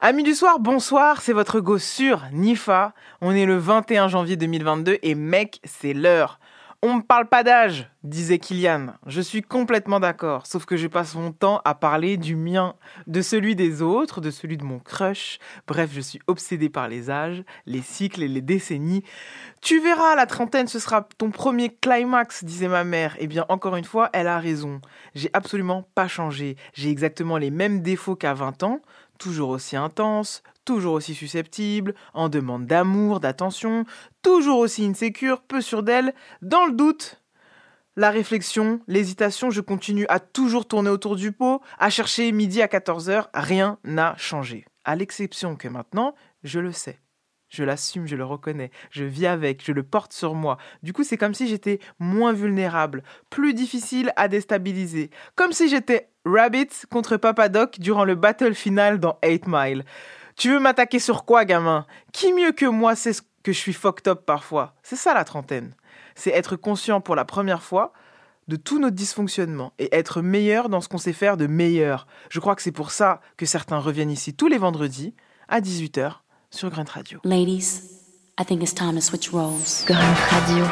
Amis du soir, bonsoir, c'est votre go sur Nifa. On est le 21 janvier 2022 et mec, c'est l'heure. On me parle pas d'âge, disait Kylian. Je suis complètement d'accord, sauf que je passe mon temps à parler du mien, de celui des autres, de celui de mon crush. Bref, je suis obsédée par les âges, les cycles et les décennies. Tu verras, la trentaine, ce sera ton premier climax, disait ma mère. Eh bien, encore une fois, elle a raison. J'ai absolument pas changé. J'ai exactement les mêmes défauts qu'à 20 ans. Toujours aussi intense, toujours aussi susceptible, en demande d'amour, d'attention, toujours aussi insécure, peu sûre d'elle, dans le doute. La réflexion, l'hésitation, je continue à toujours tourner autour du pot, à chercher midi à 14h, rien n'a changé. À l'exception que maintenant, je le sais. Je l'assume, je le reconnais, je vis avec, je le porte sur moi. Du coup, c'est comme si j'étais moins vulnérable, plus difficile à déstabiliser. Comme si j'étais Rabbit contre Papa Doc durant le battle final dans 8 Mile. Tu veux m'attaquer sur quoi, gamin ? Qui mieux que moi sait que je suis fucked up parfois ? C'est ça la trentaine. C'est être conscient pour la première fois de tous nos dysfonctionnements et être meilleur dans ce qu'on sait faire de meilleur. Je crois que c'est pour ça que certains reviennent ici tous les vendredis à 18h. Sur Grunt Radio. Ladies, I think it's time to switch roles. Grunt Radio.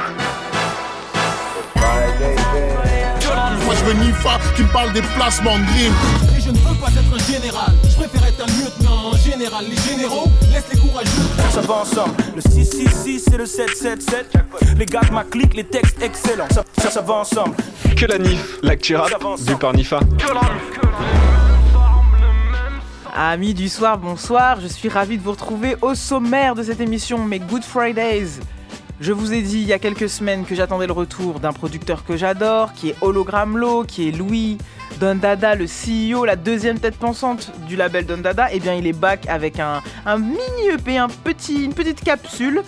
Moi je veux Nifa qui me parle des placements de dream. Et je ne veux pas être un général, je préfère être un lieutenant. En général, les généraux laissent les courageux. Ça va ensemble, le 666 et le 777. Les gars de ma clique, les textes excellents. Ça va ensemble. Que la NIF, l'actu rap, vu par Nifa. Amis du soir, bonsoir, je suis ravi de vous retrouver au sommaire de cette émission, mes Good Fridays. Je vous ai dit il y a quelques semaines que j'attendais le retour d'un producteur que j'adore, qui est Hologramlo, qui est Louis Don Dada, le CEO, la deuxième tête pensante du label Don Dada. Eh bien, il est back avec un mini EP, une petite capsule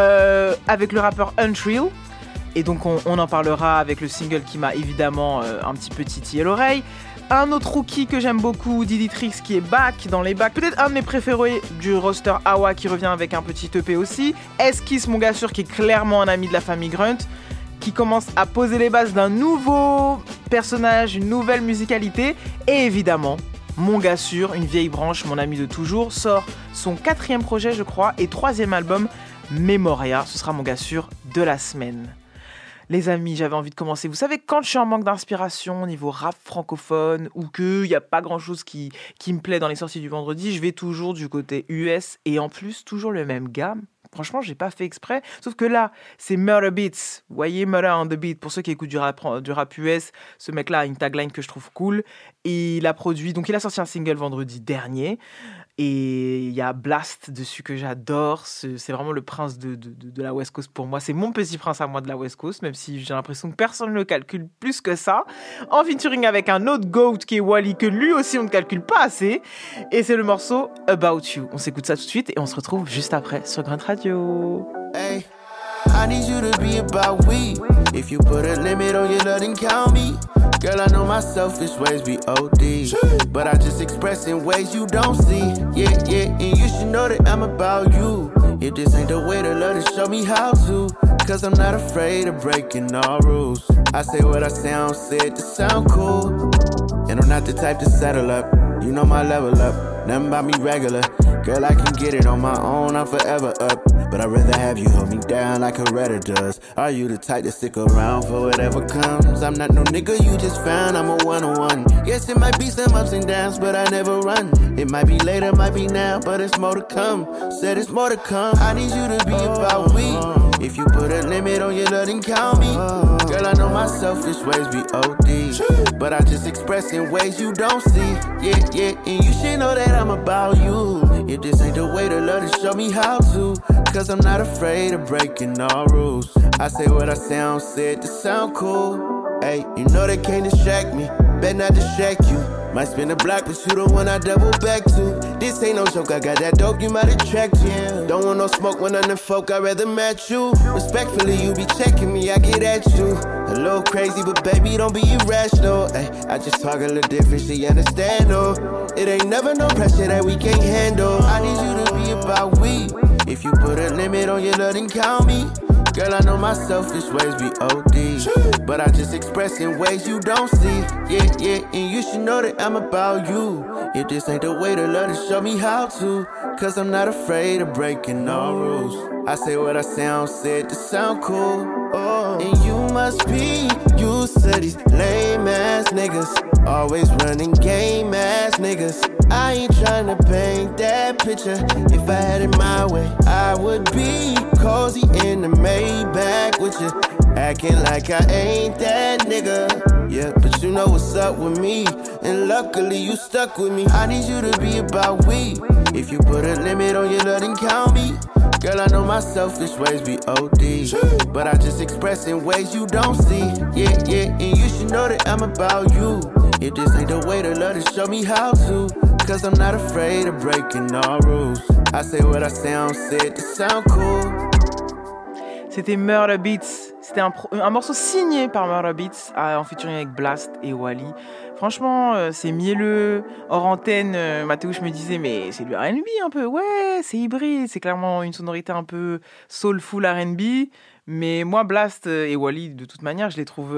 avec le rappeur Unreal. Et donc, on en parlera avec le single qui m'a évidemment un petit peu titillé l'oreille. Un autre rookie que j'aime beaucoup, Diditrix, qui est back dans les bacs. Peut-être un de mes préférés du roster Awa qui revient avec un petit EP aussi. Esquisse, mon gars sûr, qui est clairement un ami de la famille Grunt, qui commence à poser les bases d'un nouveau personnage, une nouvelle musicalité. Et évidemment, mon gars sûr, une vieille branche, mon ami de toujours, sort son 4e projet, je crois, et 3e album, Memoria. Ce sera mon gars sûr de la semaine. Les amis, j'avais envie de commencer. Vous savez, quand je suis en manque d'inspiration au niveau rap francophone ou qu'il n'y a pas grand-chose qui me plaît dans les sorties du vendredi, je vais toujours du côté US et en plus, toujours le même gars. Franchement, j'ai pas fait exprès. Sauf que là, c'est Murder Beats. Vous voyez, Murder on the Beat. Pour ceux qui écoutent du rap US, ce mec-là a une tagline que je trouve cool. Et il a produit... Donc, il a sorti un single vendredi dernier. Et il y a Blast dessus que j'adore. C'est vraiment le prince de la West Coast pour moi. C'est mon petit prince à moi de la West Coast, même si j'ai l'impression que personne ne le calcule plus que ça. En featuring avec un autre GOAT qui est Wally, que lui aussi on ne calcule pas assez. Et c'est le morceau About You. On s'écoute ça tout de suite et on se retrouve juste après sur Grunt Radio. Hey, I need you to be about we. If you put a limit on your love, then count me. Girl, I know my selfish ways be OD, but I just express in ways you don't see. Yeah, and you should know that I'm about you. If this ain't the way to love, then show me how to. Cause I'm not afraid of breaking all rules. I say what I say, I don't say it to sound cool. And I'm not the type to settle up. You know my level up, nothing about me regular. Girl, I can get it on my own, I'm forever up. But I'd rather have you hold me down like a Redder does. Are you the type to stick around for whatever comes? I'm not no nigga you just found, I'm a one-on-one. Yes, it might be some ups and downs, but I never run. It might be later, might be now, but it's more to come. Said it's more to come. I need you to be about we. If you put a limit on your love, then count me. Girl, I know my selfish ways be OD, but I just express in ways you don't see. Yeah, and you should know that I'm about you. If this ain't the way to love, then show me how to. Cause I'm not afraid of breaking all rules. I say what I say, I don't say it to sound cool. Hey, you know they can't distract me, better not distract you. Might spin the block, but you the one I double back to. This ain't no joke, I got that dope, you might attract you. Don't want no smoke when I'm the folk, I'd rather match you. Respectfully, you be checking me, I get at you. A little crazy, but baby, don't be irrational. Ay, I just talk a little different, she understand, oh. It ain't never no pressure that we can't handle. I need you to be about we. If you put a limit on your love, then count me. Girl, I know my selfish ways be OD, but I just express in ways you don't see. Yeah, and you should know that I'm about you. If this ain't the way to love, then show me how to. Cause I'm not afraid of breaking all rules. I say what I sound, said to sound cool. Oh, and you must be used to these lame ass niggas, always running game ass niggas. I ain't tryna paint that picture. If I had it my way, I would be cozy in the Maybach with you, acting like I ain't that nigga. Yeah, but you know what's up with me, and luckily you stuck with me. I need you to be about we. If you put a limit on your love, then count me. Girl, I know my selfish ways be OD, but I just express in ways you don't see. Yeah, and you should know that I'm about you. If this ain't the way to love, then show me how to. Cause I'm not afraid of breaking all rules. I say what I sound, said to sound cool. C'était Murder Beats. C'était un morceau signé par Murder Beats en featuring avec Blast et Wally. Franchement, c'est mielleux. Hors antenne, Mathéouche me disait, mais c'est du R&B un peu. Ouais, c'est hybride. C'est clairement une sonorité un peu soulful R&B. Mais moi, Blast et Wally, de toute manière, je les trouve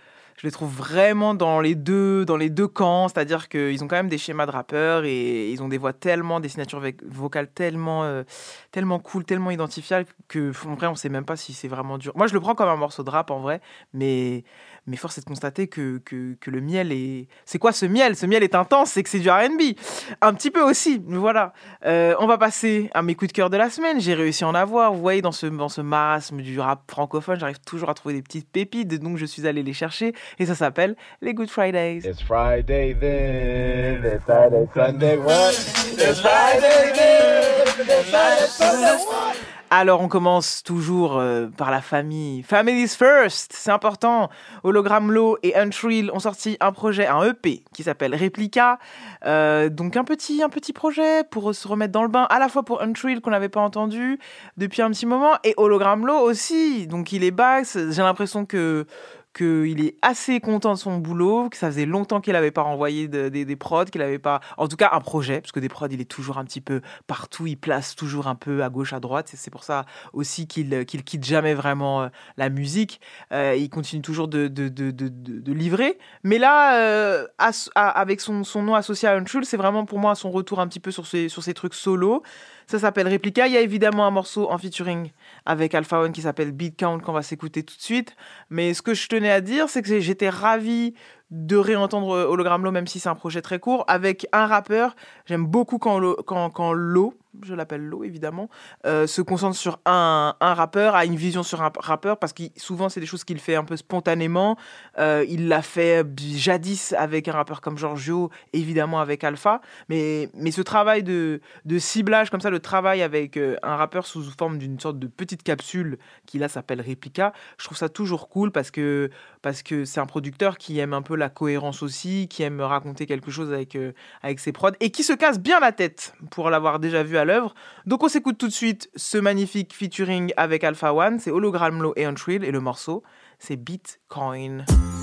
vraiment dans les deux camps. C'est-à-dire qu'ils ont quand même des schémas de rappeurs et ils ont des voix tellement, des signatures vocales tellement cool, tellement identifiables que, en vrai, on sait même pas si c'est vraiment dur. Moi, je le prends comme un morceau de rap, en vrai, mais force est de constater que le miel est... C'est quoi ce miel ? Ce miel est intense, c'est que c'est du R&B. Un petit peu aussi, mais voilà. On va passer à mes coups de cœur de la semaine. J'ai réussi à en avoir. Vous voyez, dans ce marasme du rap francophone, j'arrive toujours à trouver des petites pépites, donc je suis allé les chercher. Et ça s'appelle les Good Fridays. It's Friday then, it's Friday, Sunday, what? It's Friday then, it's Friday, Sunday, what? Alors on commence toujours par la famille. Family's First, c'est important. Hologram Low et Untrill ont sorti un EP qui s'appelle Replica. Donc un petit projet pour se remettre dans le bain, à la fois pour Untrill qu'on n'avait pas entendu depuis un petit moment et Hologram Low aussi. Donc il est back, j'ai l'impression qu'il est assez content de son boulot, que ça faisait longtemps qu'il n'avait pas renvoyé des prods, qu'il n'avait pas... En tout cas, un projet, parce que des prods, il est toujours un petit peu partout, il place toujours un peu à gauche, à droite. C'est pour ça aussi qu'il quitte jamais vraiment la musique. Il continue toujours de livrer. Mais là, avec son nom associé à Untrill, c'est vraiment pour moi son retour un petit peu sur ses trucs solo. Ça s'appelle Replica. Il y a évidemment un morceau en featuring avec Alpha One qui s'appelle Beat Count qu'on va s'écouter tout de suite. Mais ce que je tenais à dire, c'est que j'étais ravi de réentendre Hologram Low, même si c'est un projet très court, avec un rappeur. J'aime beaucoup quand Low, je l'appelle Low évidemment, se concentre sur un rappeur, a une vision sur un rappeur, parce que souvent c'est des choses qu'il fait un peu spontanément. Il l'a fait jadis avec un rappeur comme Giorgio, évidemment avec Alpha, mais ce travail de ciblage comme ça, le travail avec un rappeur sous forme d'une sorte de petite capsule qui là s'appelle Replica, je trouve ça toujours cool parce que c'est un producteur qui aime un peu la cohérence aussi, qui aime raconter quelque chose avec ses prods et qui se casse bien la tête pour l'avoir déjà vu à l'œuvre. Donc on s'écoute tout de suite ce magnifique featuring avec Alpha One, c'est Hologram Low et Untrill et le morceau c'est Bitcoin.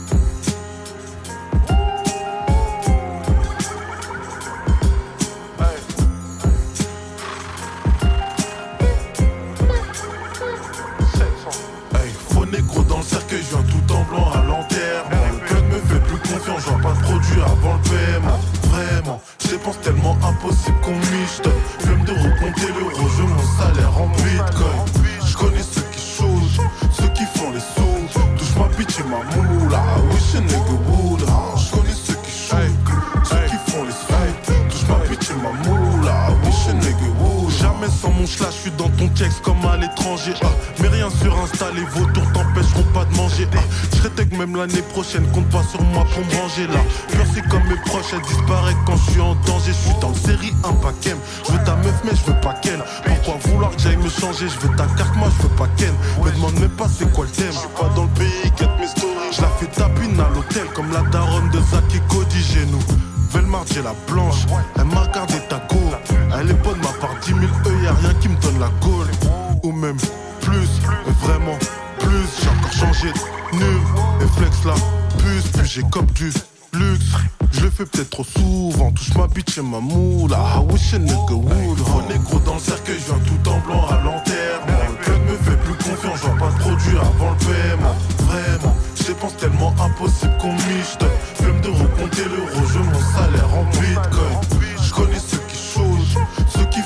Négro dans le cercueil, je viens tout en blanc à l'enterrement. Le club me fait plus confiance, je vois pas de produit avant le paiement. Vraiment, je dépense tellement impossible qu'on miche. Flemme de recompter l'euro, je veux mon salaire en bitcoin. Je connais ceux qui shootent, ceux qui font les sous. Touche ma bitch et ma moula, I wish a nigga would. Je connais ceux qui shootent, ceux qui font les sous. Touche ma bitch et ma moula, I wish a nigga would. Jamais sans mon schla, je suis dans ton kex comme à l'étranger. Mais rien sur Insta, les vautours t'empêcheront pas de manger. Je tag même l'année prochaine, compte pas sur moi pour me ranger là. Peur c'est comme mes proches, elle disparaît quand je suis en danger. Je suis dans le série 1 paquem. Je veux ta meuf mais je veux pas Ken. Pourquoi vouloir que j'aille me changer? Je veux ta carte, moi je veux pas Ken. Me demande même pas c'est quoi le thème. Je suis pas dans le pays, get mes stories. Je la fais tapine à l'hôtel comme la daronne de Zach et Cody chez nous. Velmar, j'ai la blanche, elle m'a regardé ta go. Elle est bonne, ma part 10 000 y'a rien qui me donne la gaule. Ou même plus, mais vraiment plus. J'ai encore changé de nul, et flex la puce. Puis j'ai cop du luxe, je le fais peut-être trop souvent. Touche ma bitch et ma moula, I wish a nigga would. Gros négro dans le cercueil, je viens tout en blanc à l'enterrement. Le club me fait plus confiance, je vois pas de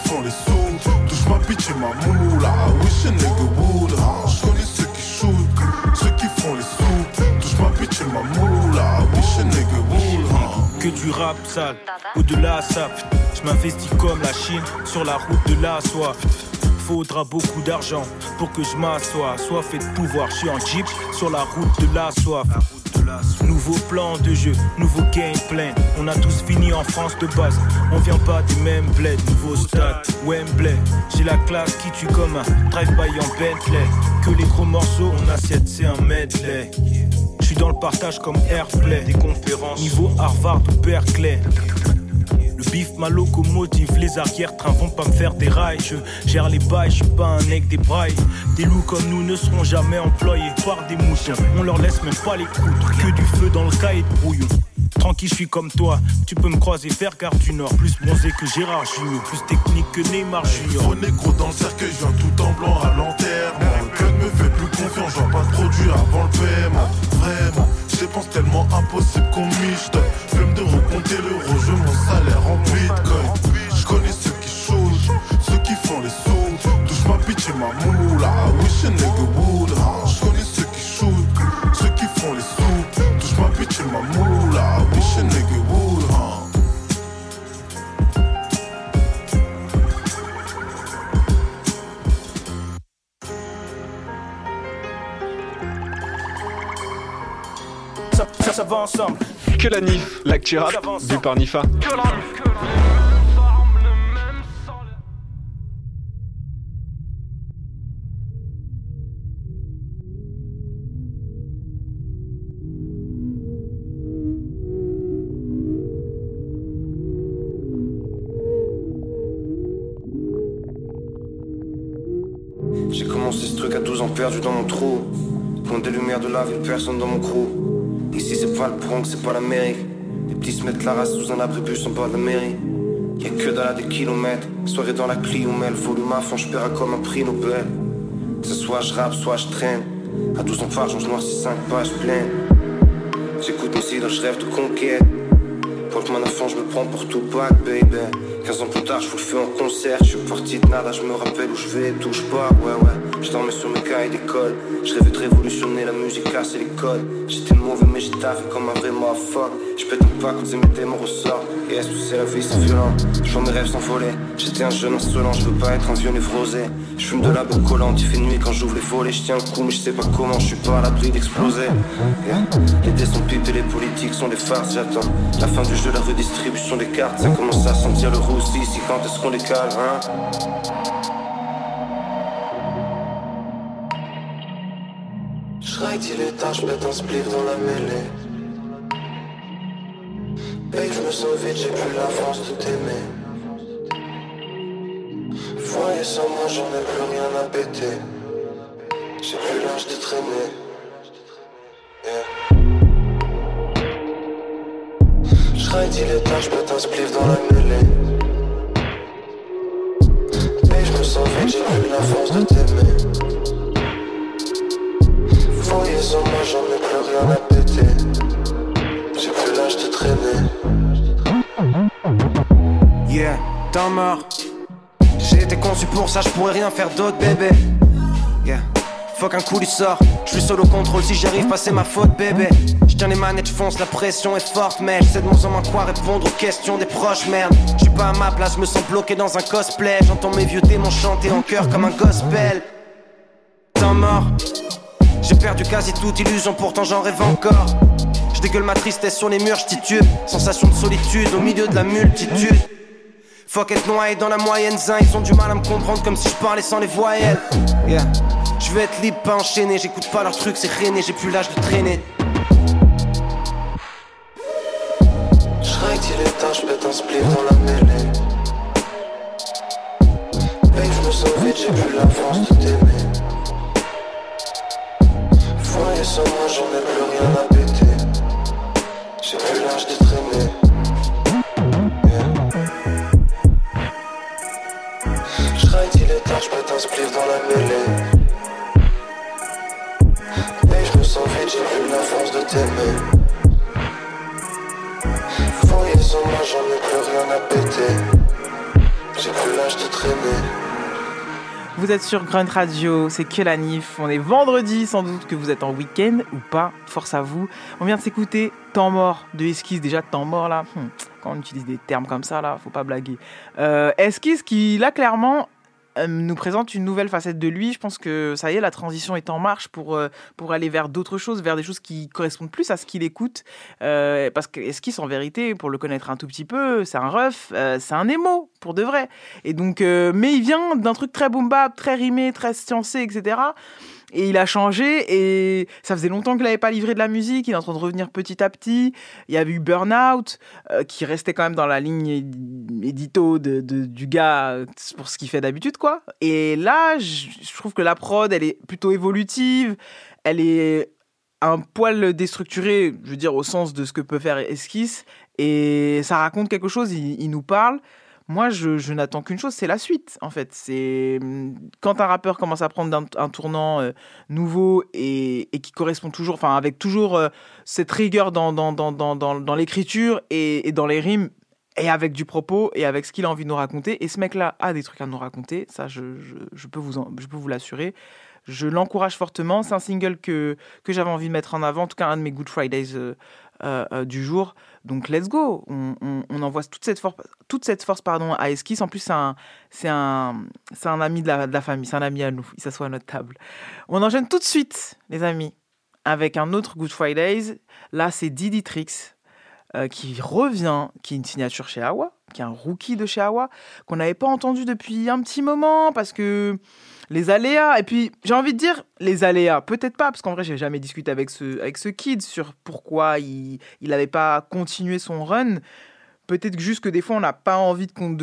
font les sous, touche ma bitch et ma moula. I wish a nigga would. J'connais ceux qui shoot, ceux qui font les sous, touche ma bitch et ma moula. I wish a nigga would. Que du rap sale, au-delà ça. J'm'investis comme la Chine sur la route de la soie. Faudra beaucoup d'argent pour que je m'assoie. Soif et de pouvoir, je suis en jeep sur la route de la soif. Nouveau plan de jeu, nouveau gameplay. On a tous fini en France de base. On vient pas du même bled. Nouveau stade, Wembley. J'ai la classe qui tue comme un drive-by en Bentley. Que les gros morceaux, on assiette, c'est un medley. J'suis dans le partage comme Airplay. Des conférences, niveau Harvard ou Berkeley. Le bif, ma locomotive, les arrière-trains vont pas me faire des rails. Je gère les bails, je suis pas un mec des brailles. Des loups comme nous ne seront jamais employés par des moutons. On leur laisse même pas les croûtes, que du feu dans le cahier de brouillon. Tranquille, je suis comme toi, tu peux me croiser vers Gare du Nord. Plus bronzé que Gérard Junior, plus technique que Neymar Junior. Gros négro dans le cercueil, je viens tout en blanc à l'enterrement. Le club me fait plus confiance, je vois pas de produit avant le paiement. Vraiment, je dépense tellement impossible qu'on miche. Flemme de recompter l'euro, je veux mon salaire en bitcoin. Je connais ceux qui shootent, ceux qui font les sous, touche ma bitch et ma moula. I wish a nigga would. Je connais ceux qui shootent, ceux qui font les sous, touche ma bitch et ma moula. I wish a nigga would. Ça va ensemble. Que la NIF, l'actu rap, vu par Nifa. J'ai commencé ce truc à 12 ans perdu dans mon trou. Point des lumières de la ville, personne dans mon crew. Ici c'est pas le Bronx, c'est pas l'Amérique. Les petits se mettent la race sous un abribus en bas de la mairie. Y'a que dalle à des kilomètres. Soirée dans la Clio, mais le volume à fond, j'paierai comme un prix Nobel. Que ce soit je rappe, soit je traîne. À 12 ans par jour, je noircis 5 pages pleines. J'écoute mes idoles, je rêve de conquête. Pour que mon enfant, je me prends pour Tupac, baby. 15 ans plus tard, je fous le feu en concert. Je suis parti de nada, je me rappelle où je vais, touche pas, ouais. Je dormais sur mes cahiers d'école. Je rêvais de révolutionner la musique, casser les codes. J'étais mauvais, mais j'ai taffé comme un vrai motherfucker. Je pète un pas quand c'est mes démons ressortent. Et est-ce que c'est la vie, c'est violent. Je vois mes rêves s'envoler. J'étais un jeune insolent, je veux pas être un vieux névrosé. Je fume de la boue collante, il fait nuit quand j'ouvre les volets. Je tiens le coup, mais je sais pas comment, je suis pas à l'abri d'exploser. Les dés sont pipes et les politiques sont des farces, j'attends la fin du jeu, la redistribution des cartes. Ça commence à sentir le roussi, ici quand est-ce qu'on les cale, hein? J'raille il est tard, j'pète un spliff dans la mêlée. Babe, je me sens vide, j'ai plus la force de t'aimer. Voyez sans moi, j'en ai plus rien à péter. J'ai plus l'âge de traîner. J'raille il est tard, j'pète un spliff dans la mêlée. Babe, je me sens vide, j'ai plus la force de t'aimer. Voyez sans moi, j'en ai plus rien à péter. J'ai plus l'âge de traîner. Yeah, temps mort. J'ai été conçu pour ça, je pourrais rien faire d'autre, bébé. Yeah, fuck un coup du sort. Je suis seul au contrôle, si j'y arrive pas c'est ma faute, bébé. J'tiens les manettes, j'fonce, la pression est forte, mais j'sais de moins en moins quoi répondre aux questions des proches, merde. J'suis pas à ma place, je me sens bloqué dans un cosplay. J'entends mes vieux démons chanter en chœur comme un gospel. Temps mort. J'ai perdu quasi toute illusion, pourtant j'en rêve encore. Je dégueule ma tristesse sur les murs, je titube. Sensation de solitude au milieu de la multitude. Fuck être noyé dans la moyenne zin. Ils ont du mal à me comprendre comme si je parlais sans les voyelles. Yeah. Je veux être libre, pas enchaîné. J'écoute pas leurs trucs, c'est rené, j'ai plus l'âge de traîner. J'raille il est tard, j'pète un spliff dans la mêlée. Babe, je me sens vide, j'ai plus la force de t'aimer. Voyez sans moi, j'en ai plus rien à péter. J'ai plus l'âge de traîner. J'raille il est tard, j'pète un spliff dans la mêlée. Babe, je me sens vide, j'ai plus la force de t'aimer. Voyez sans moi, j'en ai plus rien à péter. j'ai plus l'âge de traîner. Vous êtes sur Grunt Radio, c'est que la Nif. On est vendredi, sans doute que vous êtes en week-end ou pas. Force à vous. On vient de s'écouter Temps mort de Esquisse. Déjà, Temps mort là, quand on utilise des termes comme ça là, faut pas blaguer. Esquisse qui là clairement nous présente une nouvelle facette de lui. Je pense que ça y est, la transition est en marche pour aller vers d'autres choses, vers des choses qui correspondent plus à ce qu'il écoute. Parce que Esquisse, en vérité, pour le connaître un tout petit peu, c'est un ref, c'est un émo, pour de vrai. Et donc, mais il vient d'un truc très boom bap, très rimé, très sciencé, etc. Et il a changé et ça faisait longtemps qu'il n'avait pas livré de la musique, il est en train de revenir petit à petit. Il y a eu Burnout qui restait quand même dans la ligne édito du gars pour ce qu'il fait d'habitude, quoi. Et là, je trouve que la prod, elle est plutôt évolutive, elle est un poil déstructurée, je veux dire, au sens de ce que peut faire Esquisse, et ça raconte quelque chose, il nous parle. Moi, je n'attends qu'une chose, c'est la suite, en fait. C'est quand un rappeur commence à prendre un tournant nouveau et qui correspond toujours, enfin, avec toujours cette rigueur dans l'écriture et dans les rimes, et avec du propos, et avec ce qu'il a envie de nous raconter. Et ce mec-là a des trucs à nous raconter, ça, je peux vous l'assurer. Je l'encourage fortement. C'est un single que j'avais envie de mettre en avant, en tout cas un de mes Good Fridays du jour. Donc let's go, on envoie toute cette force à Esquisse. En plus c'est un ami de la famille, c'est un ami à nous, il s'assoit à notre table. On enchaîne tout de suite les amis avec un autre Good Fridays. Là c'est Didi Tricks qui revient, qui est une signature chez Awa, qui est un rookie de chez Awa, qu'on n'avait pas entendu depuis un petit moment parce que les aléas, et puis j'ai envie de dire les aléas, peut-être pas, parce qu'en vrai j'ai jamais discuté avec ce kid sur pourquoi il n'avait pas continué son run. Peut-être que juste que des fois on n'a pas envie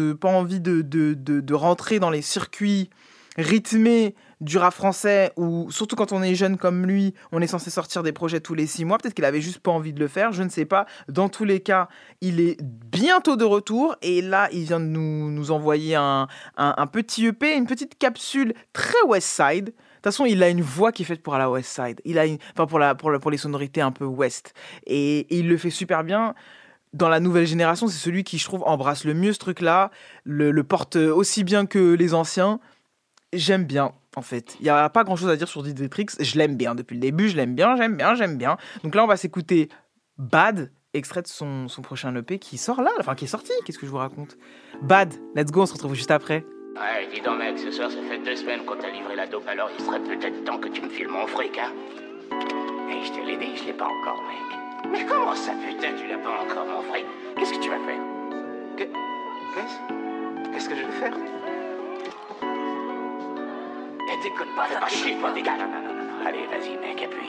de rentrer dans les circuits rythmés du rap français, ou surtout quand on est jeune comme lui, on est censé sortir des projets tous les 6 mois. Peut-être qu'il avait juste pas envie de le faire, je ne sais pas. Dans tous les cas, il est bientôt de retour et là, il vient de nous envoyer un petit EP, une petite capsule très West Side. De toute façon, il a une voix qui est faite pour la West Side. Il a pour les sonorités un peu West, et il le fait super bien. Dans la nouvelle génération, c'est celui qui, je trouve, embrasse le mieux ce truc-là, le porte aussi bien que les anciens. J'aime bien, en fait. Il n'y a pas grand-chose à dire sur Didi Tricks. Je l'aime bien depuis le début. Je l'aime bien. Donc là, on va s'écouter Bad, extrait de son prochain EP qui sort là. Enfin, qui est sorti. Qu'est-ce que je vous raconte ? Bad, let's go, on se retrouve juste après. Ouais, dis donc mec, ce soir ça fait 2 semaines qu'on t'a livré la dope, alors il serait peut-être temps que tu me files mon fric, hein. Et je te l'ai dit, je l'ai pas encore, mec. Mais comment ça, putain, tu l'as pas encore, mon fric ? Qu'est-ce que tu vas faire ? Qu'est-ce que je vais faire ? Eh, déconne pas, fais pas chier, toi, dégage. Non. Allez, vas-y, mec, appuie.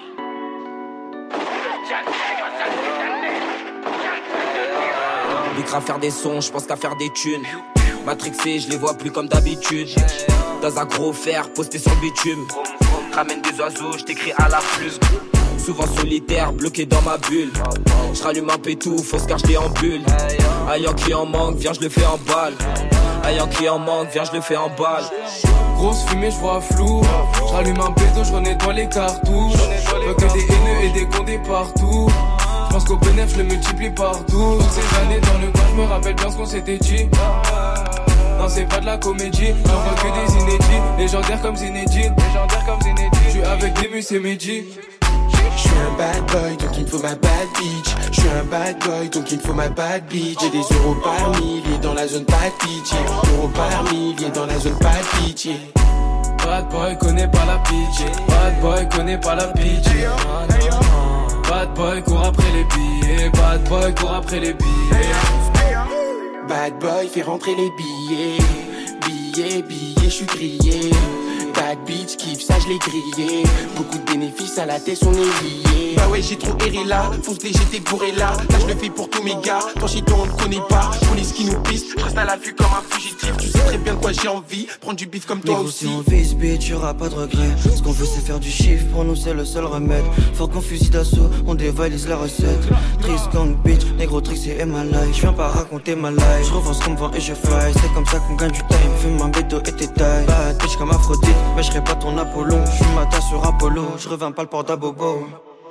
Lui qu'à faire des sons, je pense qu'à faire des thunes. Matrixé, je les vois plus comme d'habitude. Dans un gros fer, posté sur le bitume. Ramène des oiseaux, je t'écris à la plume. Souvent solitaire, bloqué dans ma bulle. Je rallume un pétou, fausse car je déambule. Ayant qui en manque, viens je le fais en balle. Ayant qui en manque, viens je le fais en balle. Grosse fumée, je vois flou. Je rallume un bédo, je renettoie les cartouches. Pas que des haineux et des condés partout. Je pense qu'au bénéf, je le multiplie par 12. Toutes ces années dans le coin, je me rappelle bien ce qu'on s'était dit. Non, c'est pas de la comédie, j'en vois que des inédits. Légendaires comme Zinedine. Je suis avec des mus et Mehdi. Je suis un bad boy, donc il me faut ma bad bitch. Je suis un bad boy, donc il me faut ma bad bitch. J'ai des euros par millier dans la zone, pas de pitié. Euros par millier dans la zone, pas de pitié. Bad boy connaît pas la pitié. Bad boy connaît pas la pitié. Bad boy court après les billets. Bad boy court après les billets. Bad boy fait rentrer les billets. Billets, je suis grillé. Bad bitch kiffe, ça je l'ai grillé. Beaucoup de bénéfices à la tête, on est liés. Bah ouais, j'ai trop erré là, fonce les j'étais bourré là. Là je le fais pour tous mes gars, quand chez toi on ne connaît pas. Police qui nous pisse, je reste à l'affût comme un fugitif. Tu sais très bien de quoi j'ai envie, prendre du bif comme toi aussi. Si on vise bitch, y'aura pas de regret. Ce qu'on veut c'est faire du chiffre, pour nous c'est le seul remède. Faut qu'on fusille d'assaut, on dévalise la recette. Triste gang bitch, négro tricks c'est ma life. Je viens pas raconter ma life, je revends ce qu'on me vend et je fly. C'est comme ça qu'on gagne du time, fume un bédo et t'es taille. Bad bitch comme Aphrodite, mais je serai pas ton Apollon. Je suis ma tasse sur Apollo, je reviens pas le port d'Abobo.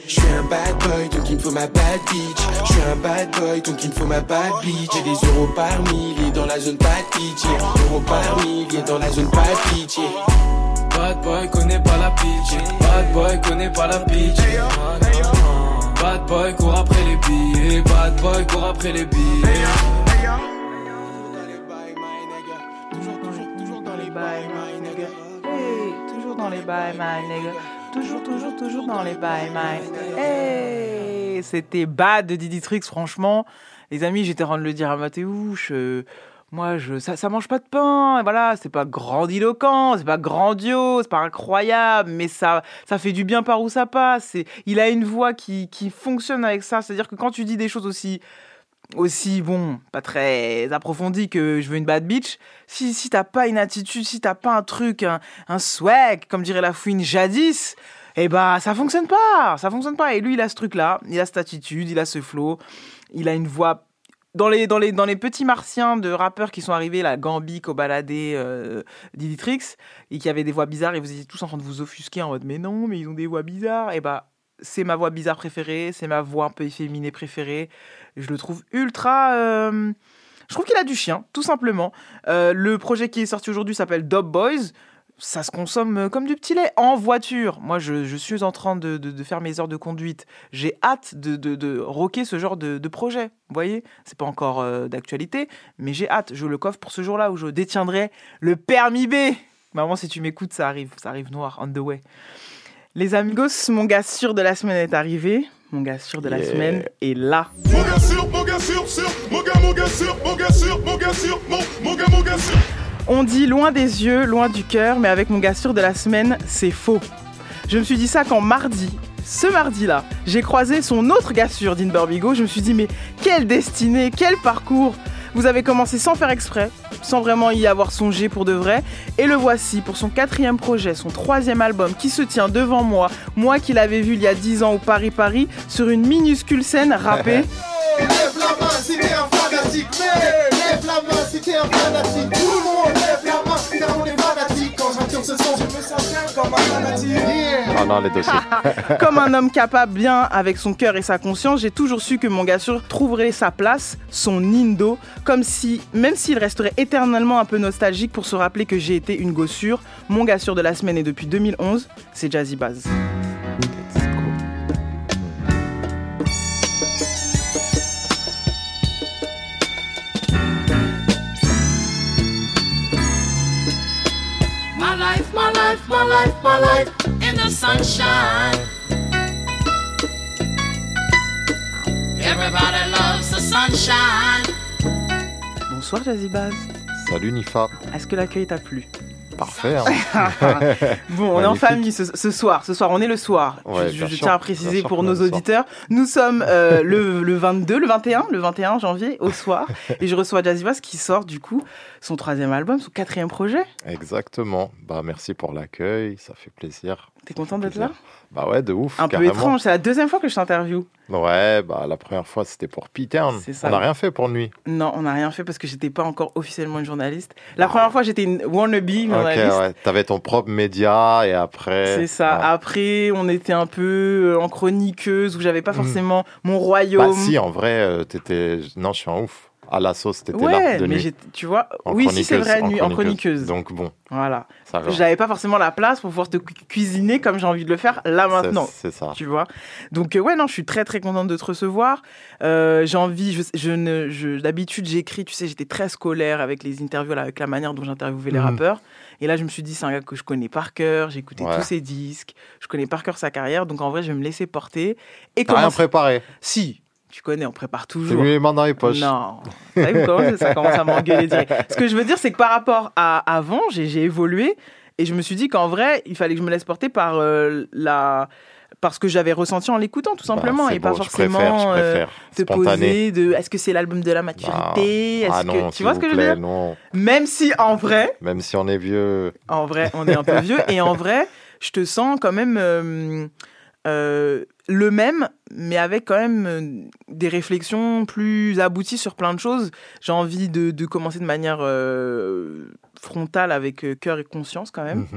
Je suis un bad boy, donc il me faut ma bad bitch. Je suis un bad boy, donc il me faut ma bad bitch. J'ai des euros par milliers dans la zone, pas de pitié. Euros par milliers dans la zone, pas de pitié. Bad boy connaît pas la pitch. Bad boy connaît pas la pitch. Bad boy court après les billets. Bad boy court après les billets. Toujours dans les bails, my nigga. Hey, toujours dans les bails, my nigga. Toujours dans les bails, my. Hey, c'était Bad de Didi Tricks, franchement. Les amis, j'étais en train de le dire à Mathéouche. Moi, ça mange pas de pain. Voilà, c'est pas grandiloquent, c'est pas grandiose, c'est pas incroyable, mais ça fait du bien par où ça passe. Il a une voix qui fonctionne avec ça. C'est-à-dire que quand tu dis des choses aussi bon, pas très approfondies que je veux une bad bitch, si t'as pas une attitude, si t'as pas un truc, un swag, comme dirait la fouine jadis, eh ben, ça fonctionne pas. Et lui, il a ce truc-là, il a cette attitude, il a ce flow, il a une voix. Dans les petits martiens de rappeurs qui sont arrivés, la Gambi, Kobalade, Didi Tricks, et qui avaient des voix bizarres, et vous étiez tous en train de vous offusquer en mode mais non, mais ils ont des voix bizarres. Et bah, c'est ma voix bizarre préférée, c'est ma voix un peu efféminée préférée. Je le trouve ultra. Je trouve qu'il a du chien, tout simplement. Le projet qui est sorti aujourd'hui s'appelle Dope Boys. Ça se consomme comme du petit lait en voiture. Moi, je suis en train de faire mes heures de conduite. J'ai hâte de rocker ce genre de projet. Vous voyez, c'est pas encore d'actualité, mais j'ai hâte. Je le coffre pour ce jour-là où je détiendrai le permis B. Maman, si tu m'écoutes, ça arrive noir, on the way. Les amigos, mon gars sûr de la semaine est arrivé. Mon gars sûr de la semaine est là. Mon gars sûr, mon gars sûr, mon gars sûr, mon gars sûr, mon gars sûr, mon gars sûr. On dit loin des yeux, loin du cœur, mais avec mon gars sûr de la semaine, c'est faux. Je me suis dit ça quand ce mardi-là, j'ai croisé son autre gars sûr d'Inburbigo. Je me suis dit, mais quelle destinée, quel parcours. Vous avez commencé sans faire exprès, sans vraiment y avoir songé pour de vrai. Et le voici pour son 4e projet, son 3e album qui se tient devant moi. Moi qui l'avais vu il y a 10 ans au Paris, sur une minuscule scène rappée. Lève la main si t'es un fanatique, lève la main si t'es un fanatique. Tout le monde lève la main si on est fanatique. Quand j'entends ce son, je me sens bien comme un fanatique. Oh non, les dossiers. Comme un homme capable, bien avec son cœur et sa conscience, j'ai toujours su que mon gars sûr trouverait sa place, son Nindo, comme si, même s'il resterait éternellement un peu nostalgique pour se rappeler que j'ai été une go sûre, mon gars sûr de la semaine et depuis 2011, c'est Jazzy Baz. My life in the sunshine. Everybody loves the sunshine. Bonsoir Jazzy Baz. Salut Nifa. Est-ce que l'accueil t'a plu? Parfait. Hein. Bon, on est en famille ce soir. Ce soir, on est le soir. Ouais, je tiens à préciser pour nos auditeurs. Nous sommes le 21 janvier au soir. Et je reçois Jazzy Baz qui sort du coup son 3e album, son 4e projet. Exactement. Bah, merci pour l'accueil. Ça fait plaisir. T'es content d'être là? Bah ouais, de ouf. Un carrément. peu étrange. C'est la 2e fois que je t'interviewe. Ouais, bah la première fois c'était pour P-Town. On n'a rien fait pour lui. Non, on n'a rien fait parce que j'étais pas encore officiellement une journaliste. La première fois j'étais une wannabe journaliste. Ok, ouais. T'avais ton propre média et après. C'est ça. Ouais. Après, on était un peu en chroniqueuse où j'avais pas forcément mon royaume. Bah si, en vrai, t'étais. Non, je suis un ouf. À la sauce, t'étais là de mais nuit. Tu vois, oui, si c'est vrai, en chroniqueuse. Donc bon. Voilà. J'avais pas forcément la place pour pouvoir te cuisiner comme j'ai envie de le faire là maintenant. C'est ça. Tu vois. Donc ouais, non, je suis très très contente de te recevoir. J'ai envie. D'habitude, j'écris. Tu sais, j'étais très scolaire avec les interviews, avec la manière dont j'interviewais les rappeurs. Et là, je me suis dit, c'est un gars que je connais par cœur. J'ai écouté tous ses disques. Je connais par cœur sa carrière. Donc en vrai, je vais me laisser porter. Et t'as rien préparé? Si. Tu connais, on prépare toujours. Tu mets les mains dans les poches. Non. Ça commence à m'engueuler direct. Ce que je veux dire, c'est que par rapport à avant, j'ai évolué et je me suis dit qu'en vrai, il fallait que je me laisse porter par ce que j'avais ressenti en l'écoutant, tout simplement, et pas forcément te poser de est-ce que c'est l'album de la maturité, non, tu vois ce que je veux dire? Non. Même si en vrai, même si on est vieux, en vrai, on est un peu vieux, et en vrai, je te sens quand même le même, mais avec quand même des réflexions plus abouties sur plein de choses. J'ai envie de commencer de manière frontale avec cœur et conscience quand même.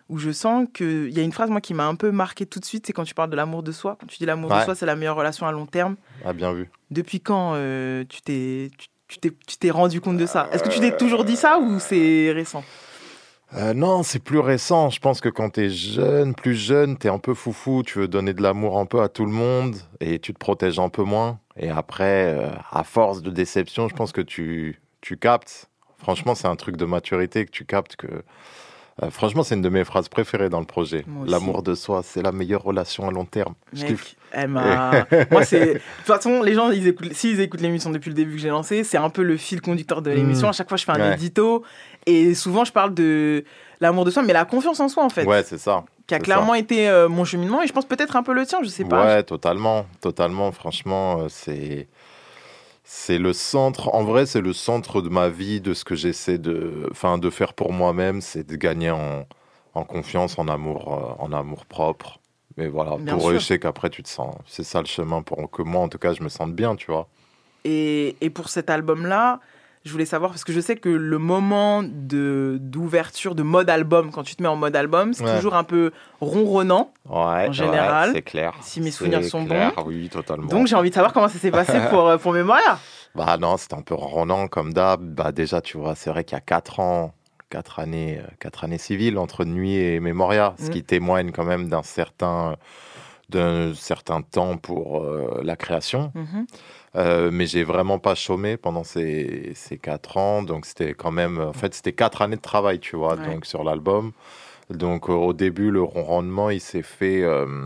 où je sens qu'il y a une phrase, moi, qui m'a un peu marqué tout de suite, c'est quand tu parles de l'amour de soi. Quand tu dis l'amour de soi, c'est la meilleure relation à long terme. Ah, bien vu. Depuis quand tu t'es rendu compte de ça ? Est-ce que tu t'es toujours dit ça ou c'est récent ? Non, c'est plus récent. Je pense que quand t'es plus jeune, t'es un peu foufou, tu veux donner de l'amour un peu à tout le monde et tu te protèges un peu moins. Et après, à force de déception, je pense que tu captes. Franchement, c'est un truc de maturité que tu captes que... franchement, c'est une de mes phrases préférées dans le projet. L'amour de soi, c'est la meilleure relation à long terme. Mec, moi, c'est... De toute façon, les gens, s'ils écoutent l'émission depuis le début que j'ai lancé, c'est un peu le fil conducteur de l'émission. À chaque fois, je fais un édito. Et souvent, je parle de l'amour de soi, mais la confiance en soi, en fait. Ouais, c'est ça. Qui a clairement été mon cheminement. Et je pense peut-être un peu le tien, je sais pas. Ouais, totalement. Franchement, c'est le centre, en vrai, c'est le centre de ma vie, de ce que j'essaie de faire pour moi-même, c'est de gagner en confiance, en amour propre. Mais voilà, je sais qu'après, tu te sens, c'est ça le chemin pour que moi, en tout cas, je me sente bien, tu vois. Et pour cet album-là, je voulais savoir, parce que je sais que le moment d'ouverture, de mode album, quand tu te mets en mode album, c'est toujours un peu ronronnant, en général. C'est clair. Si mes souvenirs sont bons. Oui, totalement. Donc, j'ai envie de savoir comment ça s'est passé pour Memoria. Bah non, c'était un peu ronronnant comme d'hab. Bah déjà, tu vois, c'est vrai qu'il y a 4 années civiles entre Nuit et Memoria, ce qui témoigne quand même d'un certain temps pour la création. Mais j'ai vraiment pas chômé pendant ces 4 ans, donc c'était quand même, en fait, c'était 4 années de travail, tu vois, donc sur l'album. Donc au début, le ronronnement, il s'est fait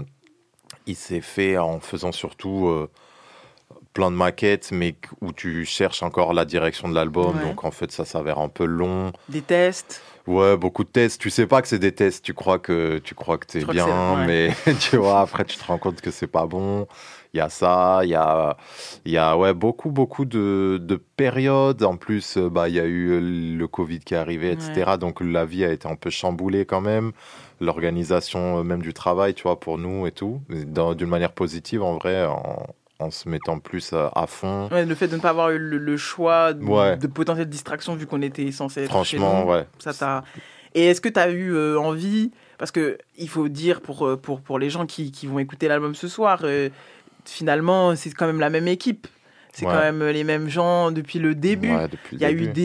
en faisant surtout plein de maquettes, mais où tu cherches encore la direction de l'album, donc en fait, ça s'avère un peu long. Des tests. Ouais, beaucoup de tests. Tu sais pas que c'est des tests. Tu crois que t'es bien, mais tu vois, après tu te rends compte que c'est pas bon. Il y a ça, il y a beaucoup de périodes. En plus, il y a eu le Covid qui est arrivé, etc. Donc la vie a été un peu chamboulée quand même. L'organisation même du travail, tu vois, pour nous et tout, d'une manière positive en vrai. En se mettant plus à fond. Ouais, le fait de ne pas avoir eu le choix de potentielle distraction vu qu'on était censé être chez nous. Franchement, ça t'a... Et est-ce que tu as eu envie, parce qu'il faut dire pour les gens qui vont écouter l'album ce soir, finalement, c'est quand même la même équipe. C'est quand même les mêmes gens depuis le début. Il y a eu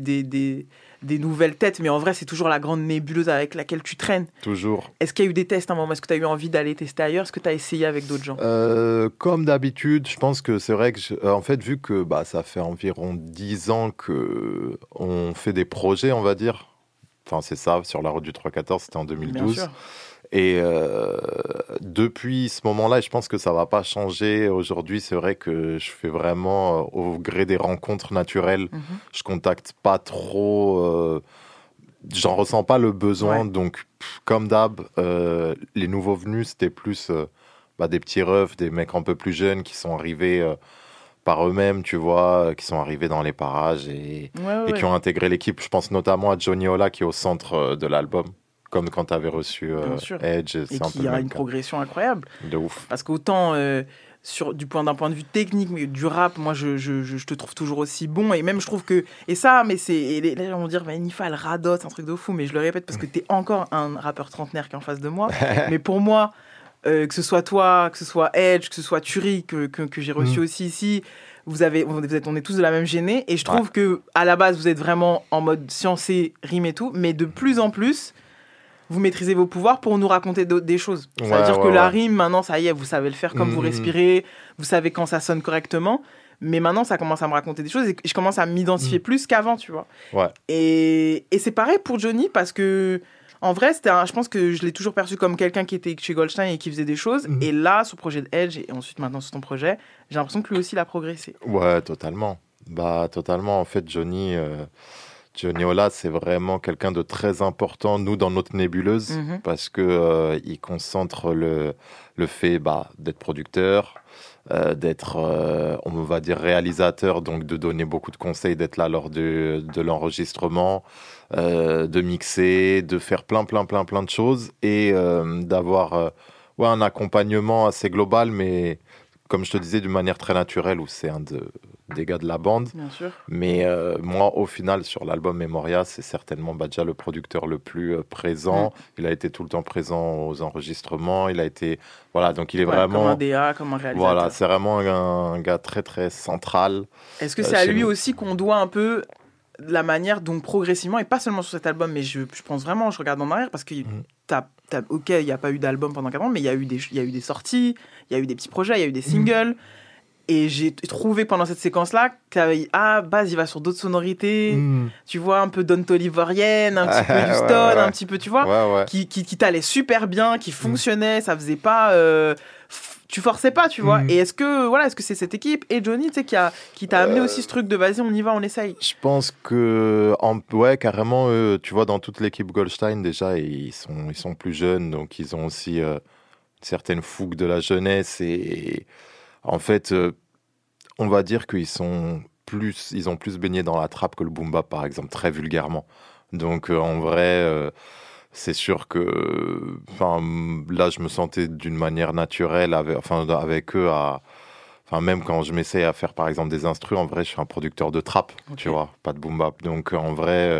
des nouvelles têtes, mais en vrai, c'est toujours la grande nébuleuse avec laquelle tu traînes. Toujours. Est-ce qu'il y a eu des tests à un moment ? Est-ce que tu as eu envie d'aller tester ailleurs ? Est-ce que tu as essayé avec d'autres gens ? Comme d'habitude, je pense que c'est vrai que, en fait, vu que ça fait environ 10 ans qu'on fait des projets, on va dire. Enfin, c'est ça, sur la route du 314, c'était en 2012. Bien sûr. Et depuis ce moment-là, je pense que ça ne va pas changer. Aujourd'hui, c'est vrai que je fais vraiment au gré des rencontres naturelles. Je ne contacte pas trop. J'en ressens pas le besoin. Donc, comme d'hab, les nouveaux venus, c'était plus des petits refs, des mecs un peu plus jeunes qui sont arrivés par eux-mêmes, tu vois, qui sont arrivés dans les parages et qui ont intégré l'équipe. Je pense notamment à Johnny Ola qui est au centre de l'album. Comme quand tu avais reçu Edge. Et qui a une progression incroyable. De ouf. Parce qu'autant, d'un point de vue technique, mais du rap, moi, je te trouve toujours aussi bon. Et même, je trouve que... Et ça, mais c'est... Et les gens vont dire, Nifa, elle radote, c'est un truc de fou. Mais je le répète parce que t'es encore un rappeur trentenaire qui est en face de moi. Mais pour moi, que ce soit toi, que ce soit Edge, que ce soit Turi, que j'ai reçu aussi ici... on est tous de la même géné. Et je trouve que à la base, vous êtes vraiment en mode sciencé, rime et tout. Mais de plus en plus... vous maîtrisez vos pouvoirs pour nous raconter des choses. C'est-à-dire que la rime, maintenant, ça y est, vous savez le faire comme vous respirez, vous savez quand ça sonne correctement, mais maintenant, ça commence à me raconter des choses et je commence à m'identifier plus qu'avant, tu vois. Et c'est pareil pour Johnny, parce que, en vrai, je pense que je l'ai toujours perçu comme quelqu'un qui était chez Goldstein et qui faisait des choses, et là, sur le projet de Edge, et ensuite maintenant sur ton projet, j'ai l'impression que lui aussi, il a progressé. Ouais, totalement. Totalement, en fait, Johnny Ola, c'est vraiment quelqu'un de très important, nous, dans notre nébuleuse, parce que il concentre le fait d'être producteur, d'être, on va dire, réalisateur, donc de donner beaucoup de conseils, d'être là lors de l'enregistrement, de mixer, de faire plein de choses, et d'avoir un accompagnement assez global, mais comme je te disais, d'une manière très naturelle, où c'est un des gars de la bande. Bien sûr. Mais moi, au final, sur l'album Memoria, c'est certainement Badja le producteur le plus présent. Il a été tout le temps présent aux enregistrements. Il a été... Voilà, donc il est vraiment... Comme un DA, comme un réalisateur. Voilà, c'est vraiment un gars très, très central. Est-ce que c'est à lui aussi qu'on doit un peu la manière dont progressivement, et pas seulement sur cet album, mais je pense vraiment, je regarde en arrière, parce que ok, il n'y a pas eu d'album pendant 4 ans, mais il y a eu des sorties, il y a eu des petits projets, il y a eu des singles, et j'ai trouvé pendant cette séquence-là Baz, il va sur d'autres sonorités, tu vois, un peu Don Tolivorienne, un petit peu Houston, un petit peu, tu vois, qui t'allait super bien, qui fonctionnait, ça faisait pas... tu forçais pas, tu vois. Et est-ce que c'est cette équipe et Johnny, tu sais, qui t'a amené aussi ce truc de vas-y, on y va, on essaye? Je pense que, carrément, tu vois, dans toute l'équipe Goldstein, déjà, ils sont plus jeunes, donc ils ont aussi une certaine fougue de la jeunesse. Et en fait, on va dire qu'ils ont plus baigné dans la trappe que le boom bap, par exemple, très vulgairement. Donc, en vrai... c'est sûr que là, je me sentais d'une manière naturelle avec eux. Même quand je m'essaye à faire, par exemple, des instrus, en vrai, je suis un producteur de trap, tu vois, pas de boom bap. Donc, en vrai,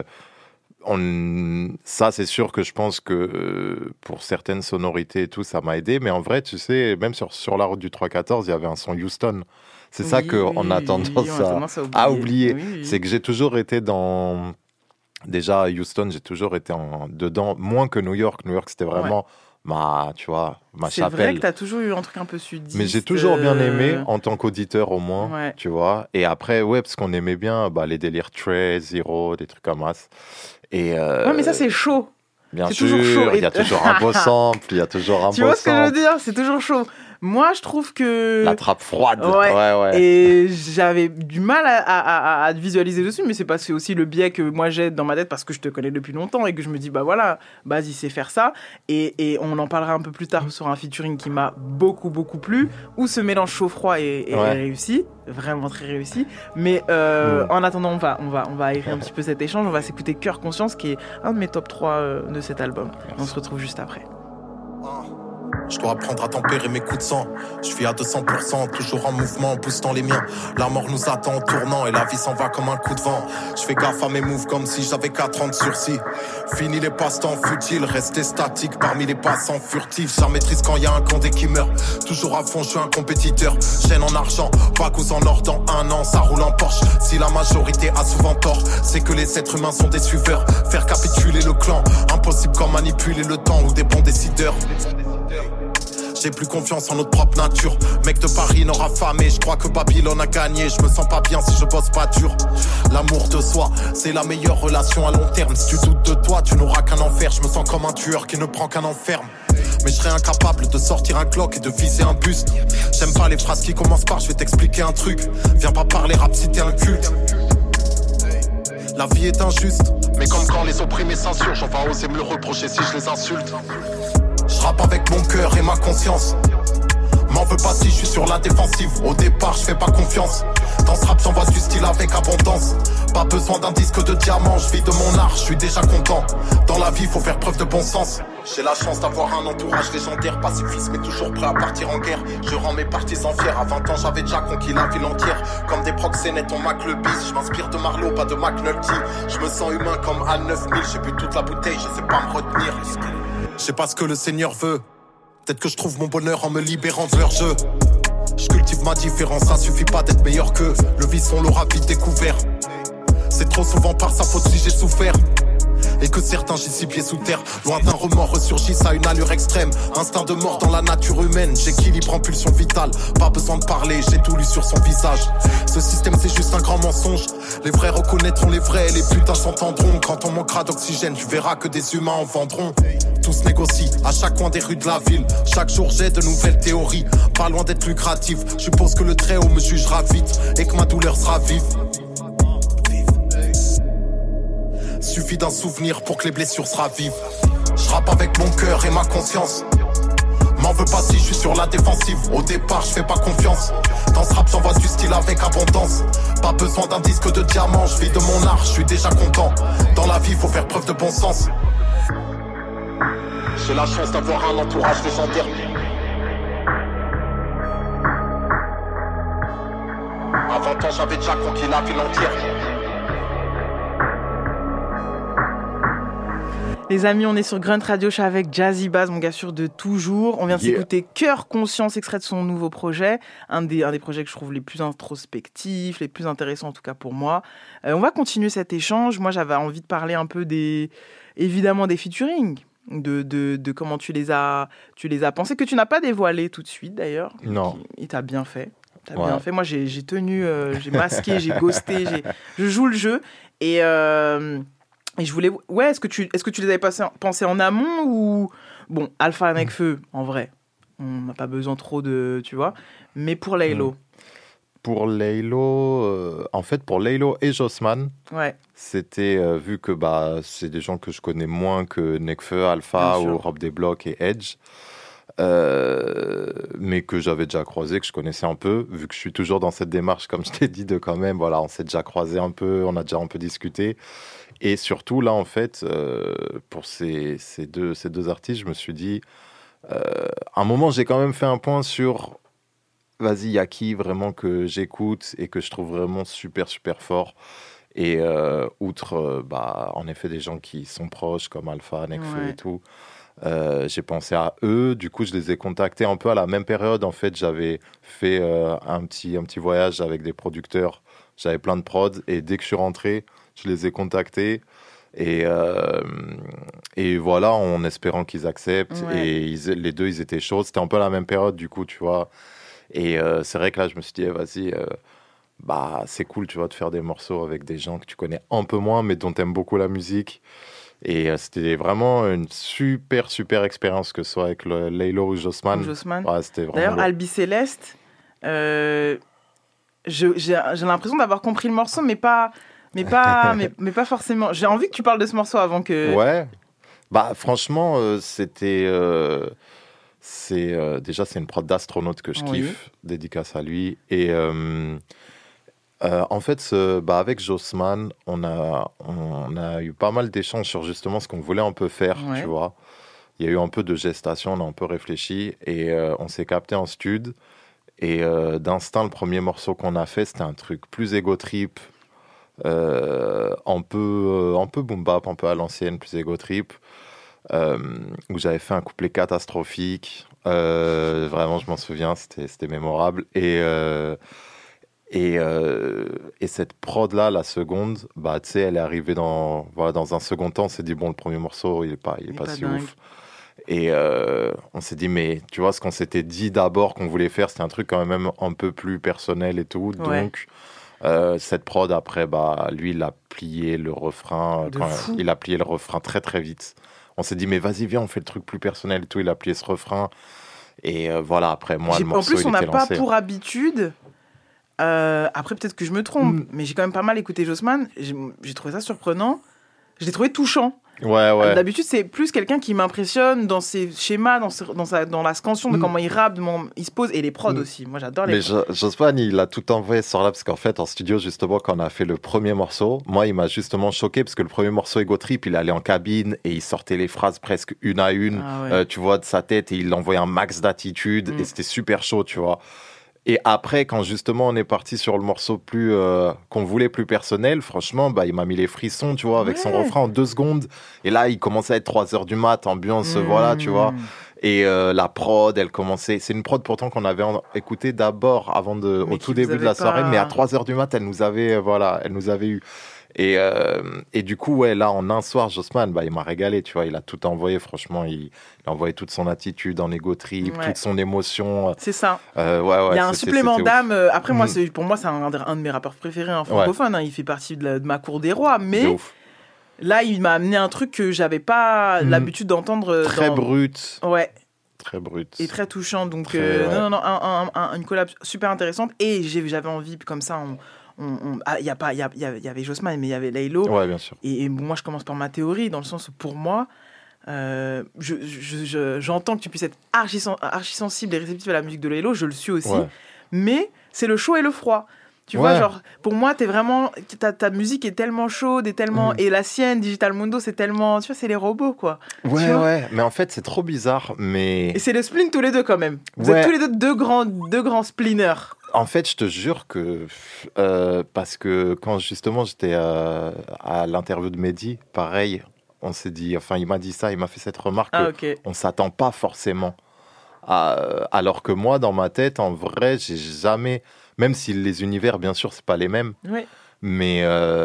ça, c'est sûr que je pense que pour certaines sonorités et tout, ça m'a aidé. Mais en vrai, tu sais, même sur la route du 314, il y avait un son Houston. C'est ça qu'on a tendance à oublier. Oui. C'est que j'ai toujours été dans... Déjà, à Houston, j'ai toujours été dedans, moins que New York. New York, c'était vraiment ma chapelle. C'est vrai que tu as toujours eu un truc un peu sudiste. Mais j'ai toujours bien aimé, en tant qu'auditeur au moins, tu vois. Et après, parce qu'on aimait bien les délires Trey, Zero, des trucs comme ça. Mais ça, c'est chaud. Bien sûr, il y a toujours un beau sample, il y a toujours un beau sample. Tu vois ce que je veux dire? C'est toujours chaud. Moi, je trouve que... La trappe froide. Ouais. Et j'avais du mal à te visualiser dessus, mais c'est parce que c'est aussi le biais que moi j'ai dans ma tête, parce que je te connais depuis longtemps et que je me dis, Baz, il sait faire ça. Et on en parlera un peu plus tard sur un featuring qui m'a beaucoup, beaucoup plu, où ce mélange chaud-froid est réussi, vraiment très réussi. Mais en attendant, on va aérer un petit peu cet échange. On va s'écouter Cœur Conscience, qui est un de mes top 3 de cet album. On se retrouve juste après. Je dois apprendre à tempérer mes coups de sang. Je suis à 200%, toujours en mouvement, boostant les miens. La mort nous attend en tournant et la vie s'en va comme un coup de vent. Je fais gaffe à mes moves comme si j'avais 4 ans de sursis. Fini les passe-temps futiles, rester statique parmi les passants furtifs. Ça maîtrise quand y a un condé qui meurt. Toujours à fond, je suis un compétiteur. Chaîne en argent, Bagous en or dans 1 an, ça roule en Porsche. Si la majorité a souvent tort, c'est que les êtres humains sont des suiveurs. Faire capituler le clan, impossible comme manipuler le temps ou des bons décideurs. J'ai plus confiance en notre propre nature. Mec de Paris n'aura famé. Je crois que Babylone a gagné. Je me sens pas bien si je bosse pas dur. L'amour de soi, c'est la meilleure relation à long terme. Si tu doutes de toi, tu n'auras qu'un enfer. Je me sens comme un tueur qui ne prend qu'un enferme. Mais je serais incapable de sortir un Glock et de viser un buste. J'aime pas les phrases qui commencent par je vais t'expliquer un truc. Viens pas parler rap si t'es un culte. La vie est injuste, mais comme quand les opprimés s'insurgent, on va oser me le reprocher si je les insulte. Je rappe avec mon cœur et ma conscience. M'en veux pas si je suis sur la défensive. Au départ je fais pas confiance. Dans ce rap j'envoie du style avec abondance. Pas besoin d'un disque de diamant. Je vis de mon art, je suis déjà content. Dans la vie faut faire preuve de bon sens. J'ai la chance d'avoir un entourage légendaire. Pacifiste mais toujours prêt à partir en guerre. Je rends mes partisans fiers. À 20 ans j'avais déjà conquis la ville entière. Comme des proxénètes on mac le bis. Je m'inspire de Marlowe, pas de McNulty. Je me sens humain comme à 9000. J'ai bu toute la bouteille, je sais pas me retenir. Je sais pas ce que le Seigneur veut. Peut-être que je trouve mon bonheur en me libérant de leur jeu. Je cultive ma différence, ça suffit pas d'être meilleur qu'eux. Le vice on l'aura vite découvert. C'est trop souvent par sa faute si j'ai souffert. Et que certains gissent 6 pieds sous terre. Loin d'un remords ressurgissent à une allure extrême. Instinct de mort dans la nature humaine. J'équilibre en pulsion vitale. Pas besoin de parler, j'ai tout lu sur son visage. Ce système c'est juste un grand mensonge. Les vrais reconnaîtront les vrais, les putains s'entendront. Quand on manquera d'oxygène, tu verras que des humains en vendront. Tout se négocie à chaque coin des rues de la ville. Chaque jour j'ai de nouvelles théories. Pas loin d'être lucratif. Je suppose que le Très-Haut me jugera vite. Et que ma douleur sera vive. Suffit d'un souvenir pour que les blessures se ravivent. Je rappe avec mon cœur et ma conscience. M'en veux pas si je suis sur la défensive. Au départ je fais pas confiance. Dans ce rap j'envoie du style avec abondance. Pas besoin d'un disque de diamant. Je vis de mon art, je suis déjà content. Dans la vie faut faire preuve de bon sens. J'ai la chance d'avoir un entourage légendaire. temps, j'avais déjà conquis la ville entière. Les amis, on est sur Grunt Radio Show avec Jazzy Bass, mon gars sûr de toujours. On vient de s'écouter Cœur Conscience, extrait de son nouveau projet. Un des projets que je trouve les plus introspectifs, les plus intéressants en tout cas pour moi. On va continuer cet échange. Moi, j'avais envie de parler un peu évidemment des featuring. De comment tu les as pensés, que tu n'as pas dévoilé tout de suite d'ailleurs. Non. Et t'as bien fait. Bien fait. Moi, j'ai tenu, j'ai masqué, j'ai ghosté, je joue le jeu. Et je voulais... Ouais, est-ce que tu les avais pensés en amont ou... Bon, Alpha Nekfeu, en vrai, on n'a pas besoin trop de... Tu vois. Mais pour Laylo. Pour Laylo... en fait, pour Laylo et Jossman, c'était... vu que c'est des gens que je connais moins que Nekfeu, Alpha ou Rob des Blocs et Edge, mais que j'avais déjà croisé, que je connaissais un peu, vu que je suis toujours dans cette démarche, comme je t'ai dit, de quand même... Voilà, on s'est déjà croisé un peu, on a déjà un peu discuté... Et surtout, là, en fait, pour ces deux artistes, je me suis dit... à un moment, j'ai quand même fait un point sur... Vas-y, il y a qui vraiment que j'écoute et que je trouve vraiment super, super fort. Et outre, en effet, des gens qui sont proches, comme Alpha, Nekfeu et tout, j'ai pensé à eux. Du coup, je les ai contactés un peu à la même période. En fait, j'avais fait un petit voyage avec des producteurs. J'avais plein de prods. Et dès que je suis rentré... Je les ai contactés et voilà, en espérant qu'ils acceptent. Ouais. Et les deux, ils étaient chauds. C'était un peu la même période, du coup, tu vois. Et c'est vrai que là, je me suis dit, vas-y, c'est cool, tu vois, de faire des morceaux avec des gens que tu connais un peu moins, mais dont tu aimes beaucoup la musique. Et c'était vraiment une super, super expérience, que ce soit avec Laylo ou Jossman. Ouais, c'était vraiment D'ailleurs, lourd. Albi Céleste, j'ai l'impression d'avoir compris le morceau, mais pas forcément. J'ai envie que tu parles de ce morceau avant que... Ouais. Franchement, c'était... déjà, c'est une prod d'Astronaute que je kiffe. Dédicace à lui. Et en fait, avec Jossman, on a eu pas mal d'échanges sur justement ce qu'on voulait un peu faire, tu vois. Il y a eu un peu de gestation, on a un peu réfléchi. Et on s'est capté en stud. Et d'instinct, le premier morceau qu'on a fait, c'était un truc plus ego trip, un peu boom bap, un peu à l'ancienne, plus ego trip, où j'avais fait un couplet catastrophique. Vraiment, je m'en souviens, c'était mémorable. Et cette prod là, la seconde, tu sais, elle est arrivée dans un second temps. On s'est dit bon, le premier morceau, il est pas si dingue. Ouf. Et on s'est dit, mais tu vois, ce qu'on s'était dit d'abord qu'on voulait faire, c'était un truc quand même un peu plus personnel et tout. Donc, cette prod, après, lui, il a plié le refrain. Il a plié le refrain très, très vite. On s'est dit, mais vas-y, viens, on fait le truc plus personnel et tout. Il a plié ce refrain. Et voilà, après, moi, le morceau, il était lancé. En plus, on n'a pas pour habitude... après, peut-être que je me trompe, mais j'ai quand même pas mal écouté Jossman. J'ai trouvé ça surprenant. Je l'ai trouvé touchant. Ouais. D'habitude, c'est plus quelqu'un qui m'impressionne dans ses schémas, dans la scansion de comment il rappe, de comment il se pose, et les prods aussi. Moi, j'adore les prods. Mais Jossman, il a tout envoyé sur là, parce qu'en fait, en studio, justement, quand on a fait le premier morceau, moi, il m'a justement choqué, parce que le premier morceau, Ego Trip, il allait en cabine et il sortait les phrases presque une à une, tu vois, de sa tête, et il envoyait un max d'attitude, et c'était super chaud, tu vois. Et après, quand justement on est parti sur le morceau plus qu'on voulait plus personnel, franchement, il m'a mis les frissons, tu vois, avec son refrain en 2 secondes. Et là, il commençait à être 3h du mat, ambiance, voilà, tu vois. Et la prod, elle commençait... C'est une prod pourtant qu'on avait écoutée d'abord, au tout début de la soirée, mais à 3h du mat, elle nous avait eu. Et du coup, là, en un soir, Jossman, il m'a régalé, tu vois. Il a tout envoyé, franchement. Il a envoyé toute son attitude en ego trip, toute son émotion. C'est ça. Il y a un supplément d'âme. Après, pour moi, c'est un de mes rappeurs préférés francophone. Il fait partie de ma cour des rois. Mais là, il m'a amené un truc que j'avais pas l'habitude d'entendre. Très brut. Ouais. Très brut. Et très touchant. Donc, une collab super intéressante. Et j'avais envie, comme ça, il y avait Jossman, mais il y avait Laylo. Ouais, bien sûr. Et moi, je commence par ma théorie, dans le sens où, pour moi, j'entends que tu puisses être archi sensible et réceptif à la musique de Laylo, je le suis aussi. Mais c'est le chaud et le froid. Tu vois, genre, pour moi, ta musique est tellement chaude et tellement... Et la sienne, Digital Mundo, c'est tellement... Tu vois, c'est les robots, quoi. Ouais. Mais en fait, c'est trop bizarre, mais... Et c'est le spleen tous les deux, quand même. Vous êtes tous les deux deux grands spleeners. En fait, je te jure que parce que quand justement j'étais à l'interview de Mehdi, pareil, on s'est dit, enfin il m'a dit ça, il m'a fait cette remarque, on s'attend pas forcément. Alors que moi, dans ma tête, en vrai, j'ai jamais, même si les univers, bien sûr, c'est pas les mêmes, mais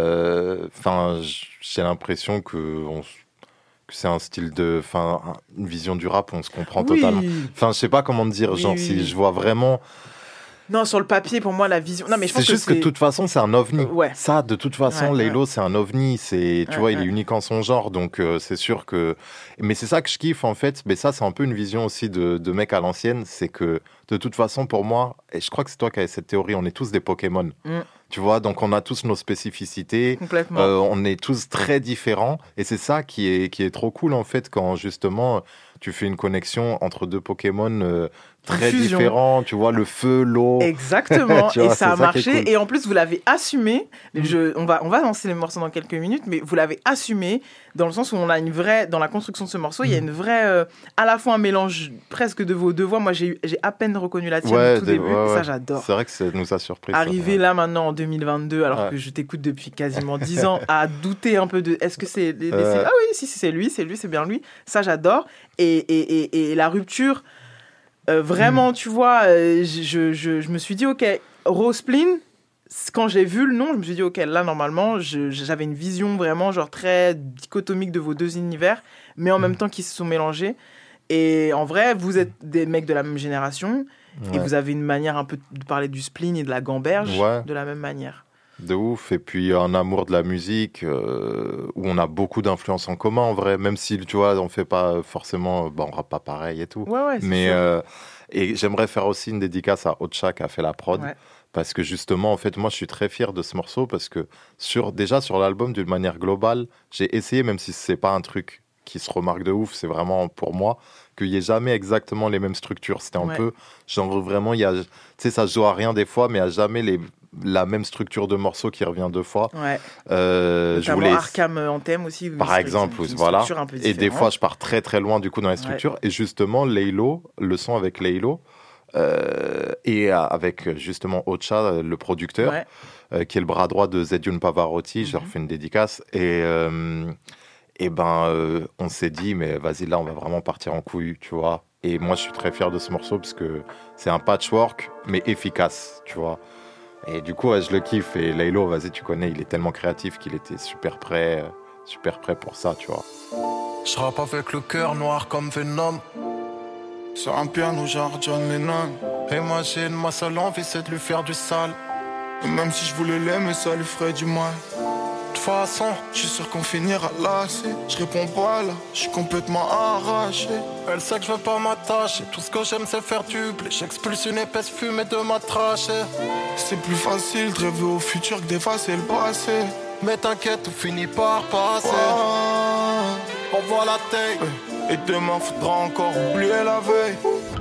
j'ai l'impression que c'est un style une vision du rap, on se comprend totalement. Enfin, je sais pas comment te dire, si je vois vraiment. Non, sur le papier, pour moi, la vision. Non, mais je pense c'est juste que de toute façon, c'est un ovni. Ouais. Ça, de toute façon, Laylo, c'est un ovni. Tu vois, il est unique en son genre. Donc, c'est sûr que. Mais c'est ça que je kiffe, en fait. Mais ça, c'est un peu une vision aussi de mec à l'ancienne. C'est que, de toute façon, pour moi, et je crois que c'est toi qui as cette théorie, on est tous des Pokémon. Tu vois, donc on a tous nos spécificités. Complètement. On est tous très différents. Et c'est ça qui est trop cool, en fait, quand justement, tu fais une connexion entre deux Pokémon très différents. Tu vois, le feu, l'eau. Exactement. Tu vois, et ça a marché. Cool. Et en plus, vous l'avez assumé. On va lancer les morceaux dans quelques minutes, mais vous l'avez assumé dans le sens où on a une vraie, dans la construction de ce morceau, il y a une vraie, à la fois un mélange presque de vos deux voix. Moi, j'ai à peine reconnu la tienne au tout début. Ça, j'adore. C'est vrai que ça nous a surpris. Arrivé là maintenant en 2022, alors que je t'écoute depuis quasiment 10 ans, à douter un peu de est-ce que c'est ah oui, si c'est lui, c'est bien lui. Ça, j'adore. Et la rupture, vraiment, tu vois, je me suis dit, ok, Rospleen, quand j'ai vu le nom, je me suis dit, ok, là, normalement, j'avais une vision vraiment genre très dichotomique de vos deux univers, mais en même temps qui se sont mélangés. Et en vrai, vous êtes des mecs de la même génération, et vous avez une manière un peu de parler du spleen et de la gamberge de la même manière. De ouf, et puis un amour de la musique où on a beaucoup d'influences en commun en vrai, même si tu vois on fait pas forcément, on rappe pas pareil et tout, mais et j'aimerais faire aussi une dédicace à Ocha qui a fait la prod, parce que justement en fait moi je suis très fier de ce morceau parce que déjà sur l'album d'une manière globale j'ai essayé, même si c'est pas un truc qui se remarque de ouf, c'est vraiment pour moi qu'il n'y ait jamais exactement les mêmes structures, c'était un peu genre vraiment tu sais ça se joue à rien des fois, mais il n'y a jamais la même structure de morceau qui revient deux fois. Je voulais Arkham Anthem aussi. Par exemple, voilà. Et des fois, je pars très très loin du coup dans les structures. Et justement, Laylo, le son avec Laylo et avec justement Ocha, le producteur, qui est le bras droit de Zedune Pavarotti. Je leur fais une dédicace et on s'est dit mais vas-y là, on va vraiment partir en couille, tu vois. Et moi, je suis très fier de ce morceau parce que c'est un patchwork mais efficace, tu vois. Et du coup, je le kiffe. Et Laylo, vas-y, tu connais, il est tellement créatif qu'il était super prêt pour ça, tu vois. Je rappe avec le cœur noir comme Venom. Sur un piano genre John Lennon. Imagine, ma seule envie, c'est de lui faire du sale. Et même si je voulais l'aimer, ça lui ferait du mal. De toute façon, je suis sûr qu'on finira lassé. Je réponds pas là, je suis complètement arraché. Elle sait que je veux pas m'attacher. Tout ce que j'aime, c'est faire du blé. J'expulse une épaisse fumée de ma trachée. C'est plus facile de rêver au futur que d'effacer le passé. Mais t'inquiète, tout finit par passer. On voit la tête. Et demain, faudra encore oublier la veille.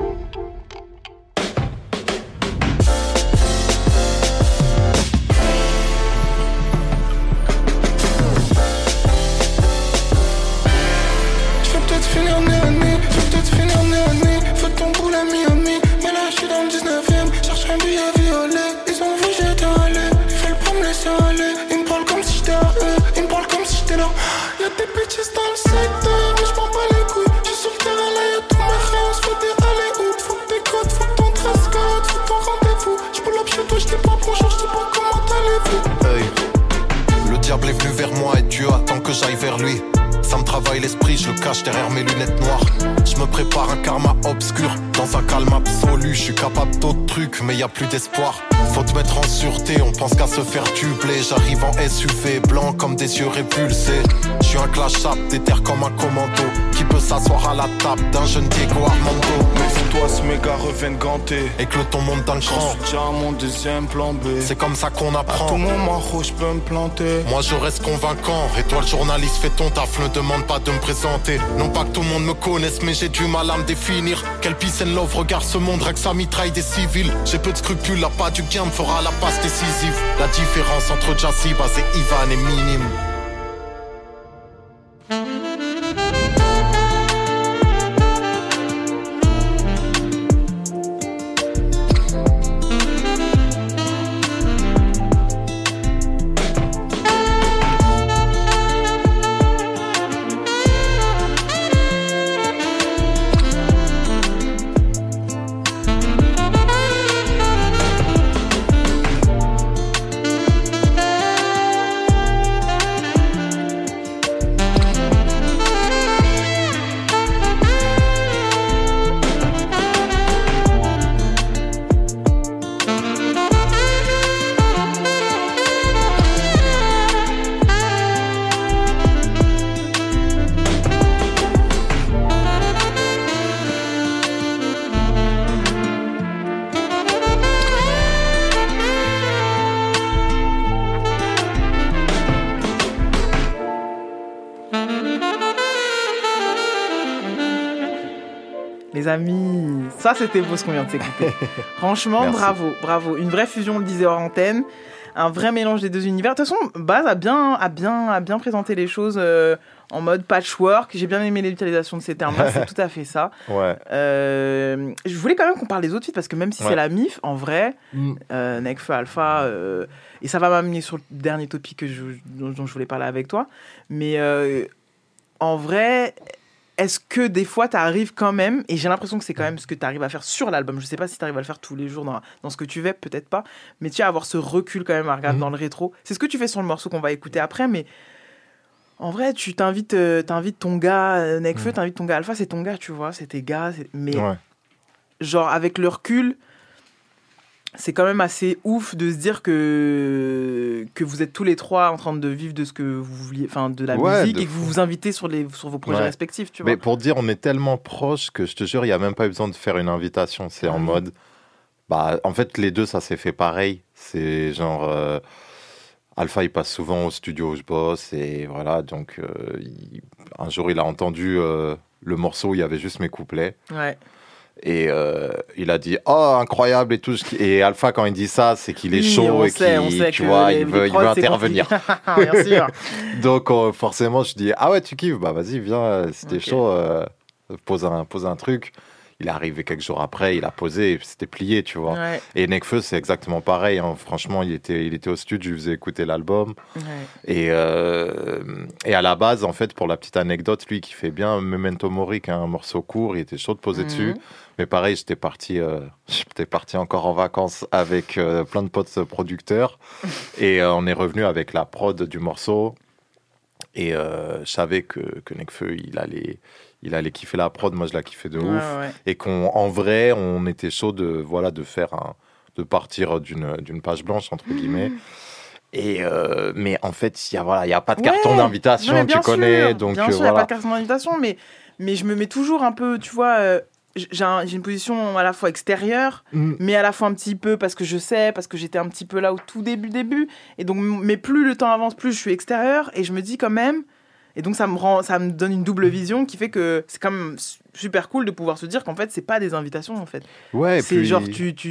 Finir nez à nez, je vais peut-être finir nez à nez. Fais ton boule à Miami, mais là je suis dans le 19ème. Cherche un billet violet, ils ont vu j'étais allé. Ils veulent pas me laisser aller, ils me parlent comme si j'étais à eux. Ils me parlent comme si j'étais là. Y'a des bitches dans le secteur, mais je m'en bats les couilles. J'suis sur le terrain là, y'a tous mes frères, on se fait des allées-outs. Faut que tes codes, faut que ton dress code, faut ton rendez-vous. J'pull up chez toi, j't'ai pas bonjour, j't'ai pas comment allez-vous. Hey. Le diable est venu vers moi et Dieu attend que j'aille vers lui. Ça me travaille l'esprit, je le cache derrière mes lunettes noires. Je me prépare un karma obscur, dans un calme absolu. Je suis capable d'autres trucs, mais y a plus d'espoir. Faut te mettre en sûreté, on pense qu'à se faire tubler. J'arrive en SUV, blanc comme des yeux répulsés. Je suis un clash-up, déter comme un commando. Qui peut s'asseoir à la table d'un jeune Diego Armando. Méfie-toi si mes gars reviennent gantés. Et que le ton monte d'un cran. Je suis déjà à mon deuxième plan B. C'est comme ça qu'on apprend. À tout moment, je peux me planter. Moi je reste convaincant. Et toi le journaliste, fais ton taf, ne demande pas de me présenter. Non pas que tout le monde me connaisse, mais j'ai du mal à me définir. Quel peace and love, regarde ce monde, règle sa mitraille des civils. J'ai peu de scrupules, là pas du gain, me fera la passe décisive. La différence entre Jassiba et Ivan est minime. Les amis, ça c'était beau ce qu'on vient de s'écouter. Franchement, Merci. bravo. Une vraie fusion, on le disait hors antenne. Un vrai mélange des deux univers. De toute façon, Baz a bien présenté les choses en mode patchwork. J'ai bien aimé l'utilisation de ces termes-là, c'est tout à fait ça. Ouais. Je voulais quand même qu'on parle des autres feats parce que même si c'est la MIF, en vrai, Nekfeu Alpha, et ça va m'amener sur le dernier topic dont je voulais parler avec toi, mais en vrai, est-ce que des fois tu arrives quand même, et j'ai l'impression que c'est quand même ce que tu arrives à faire sur l'album, je sais pas si tu arrives à le faire tous les jours dans ce que tu fais, peut-être pas, mais tu as avoir ce recul quand même à regarder dans le rétro. C'est ce que tu fais sur le morceau qu'on va écouter après, mais en vrai, tu t'invites ton gars Nekfeu, t'invites ton gars Alpha, c'est ton gars, tu vois, c'est tes gars, mais genre avec le recul, c'est quand même assez ouf de se dire que vous êtes tous les trois en train de vivre de ce que vous vouliez, enfin de la musique, et que vous vous invitez sur vos projets respectifs, tu vois. Mais pour dire, on est tellement proches que je te jure, il n'y a même pas eu besoin de faire une invitation. C'est en mode, en fait, les deux, ça s'est fait pareil. C'est genre, Alpha, il passe souvent au studio où je bosse, et voilà, donc un jour, il a entendu le morceau où il y avait juste mes couplets. Ouais. Et il a dit oh incroyable et tout, et Alpha quand il dit ça c'est qu'il est chaud et qu'il tu vois il veut intervenir. Bien sûr. Donc forcément je dis ah ouais tu kiffes, bah vas-y viens si t'es chaud, pose un truc. Il est arrivé quelques jours après, il a posé, c'était plié, tu vois. Ouais. Et Nekfeu, c'est exactement pareil. Hein. Franchement, il était au studio, je lui faisais écouter l'album. Ouais. Et à la base, en fait, pour la petite anecdote, lui qui fait bien Memento Mori, qui est un morceau court, il était chaud de poser dessus. Mais pareil, j'étais parti encore en vacances avec plein de potes producteurs. Et on est revenu avec la prod du morceau. Et je savais que Nekfeu, il allait kiffer la prod, moi je la kiffais de ouf. Ouais. Et qu'en vrai, on était chaud de partir d'une page blanche, entre guillemets. Et mais en fait, il y a pas de carton d'invitation, tu connais. Donc, bien sûr, il n'y a pas de carton d'invitation, mais je me mets toujours un peu, tu vois... j'ai une position à la fois extérieure, mais à la fois un petit peu parce que j'étais un petit peu là au tout début. Et donc, mais plus le temps avance, plus je suis extérieur. Et je me dis quand même... Et donc, ça me donne une double vision qui fait que c'est quand même super cool de pouvoir se dire qu'en fait, c'est pas des invitations, en fait. Ouais, c'est puis... genre,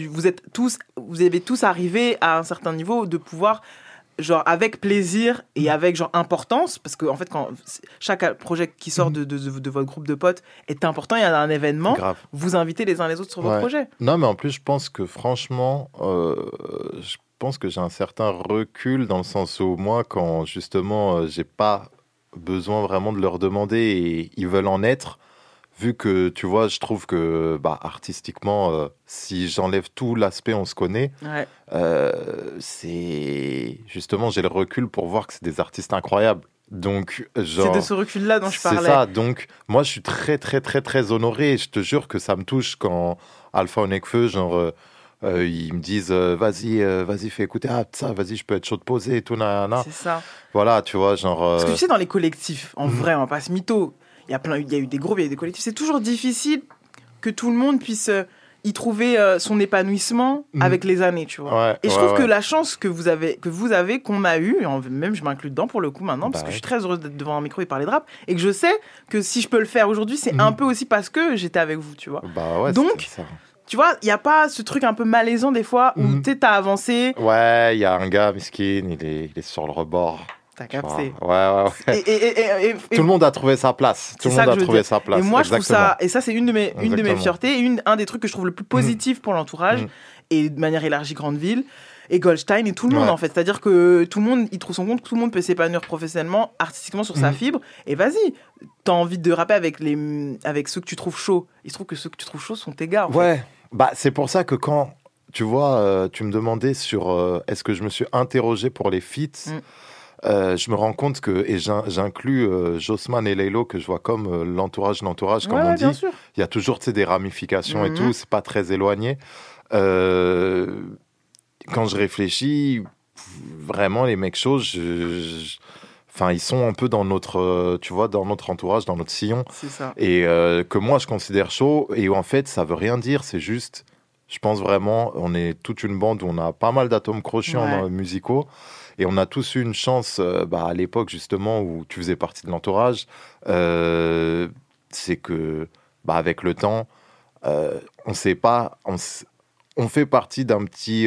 vous avez tous arrivé à un certain niveau de pouvoir... genre avec plaisir et avec genre importance, parce que en fait quand chaque projet qui sort de votre groupe de potes est important, il y a un événement, vous invitez les uns les autres sur vos projets. Non mais en plus je pense que franchement je pense que j'ai un certain recul dans le sens où moi quand justement j'ai pas besoin vraiment de leur demander et ils veulent en être, vu que, tu vois, je trouve que artistiquement, si j'enlève tout l'aspect on se connaît, c'est... Justement, j'ai le recul pour voir que c'est des artistes incroyables. Donc, genre... C'est de ce recul-là dont je parlais. C'est ça. Donc, moi, je suis très, très, très, très honoré. Et je te jure que ça me touche quand Alpha ou Nekfeu, genre... ils me disent vas-y fais écouter ça, vas-y je peux être chaud de poser et tout c'est ça, voilà tu vois genre parce que tu sais dans les collectifs en vrai on va pas se mytho, il y a eu des groupes, il y a eu des collectifs, c'est toujours difficile que tout le monde puisse y trouver son épanouissement avec les années, tu vois. Et je trouve que la chance que vous avez, qu'on a eu, même je m'inclus dedans pour le coup maintenant, parce que je suis très heureuse d'être devant un micro et parler de rap, et que je sais que si je peux le faire aujourd'hui, c'est un peu aussi parce que j'étais avec vous, tu vois. Donc tu vois, il n'y a pas ce truc un peu malaisant des fois où tu sais, t'as avancé. Ouais, il y a un gars, miskin, il est sur le rebord. T'as capté. Ouais. Et tout le monde a trouvé sa place. Tout le monde a trouvé sa place. Et moi, je trouve ça... Et ça, c'est une de mes fiertés, un des trucs que je trouve le plus positif pour l'entourage, et de manière élargie Grandville, et Goldstein, et tout le monde, en fait. C'est-à-dire que tout le monde, il trouve son compte, tout le monde peut s'épanouir professionnellement, artistiquement, sur sa fibre, et vas-y, t'as envie de rapper avec ceux que tu trouves chauds. Il se trouve que ceux que tu trouves chauds sont tes gars, en fait. C'est pour ça que quand, tu vois, tu me demandais sur est-ce que je me suis interrogé pour les feats, je me rends compte que, et j'inclus Jossman et Laylo, que je vois comme l'entourage, comme on dit. Il y a toujours des ramifications et tout, c'est pas très éloigné. Quand je réfléchis, vraiment, les mecs chauds, enfin, ils sont un peu dans notre, tu vois, dans notre entourage, dans notre sillon. C'est ça. Et que moi, je considère chaud. Et en fait, ça veut rien dire. C'est juste, je pense vraiment, on est toute une bande où on a pas mal d'atomes crochus musicaux. Et on a tous eu une chance, à l'époque, justement, où tu faisais partie de l'entourage. C'est que, avec le temps, on sait pas, on fait partie d'un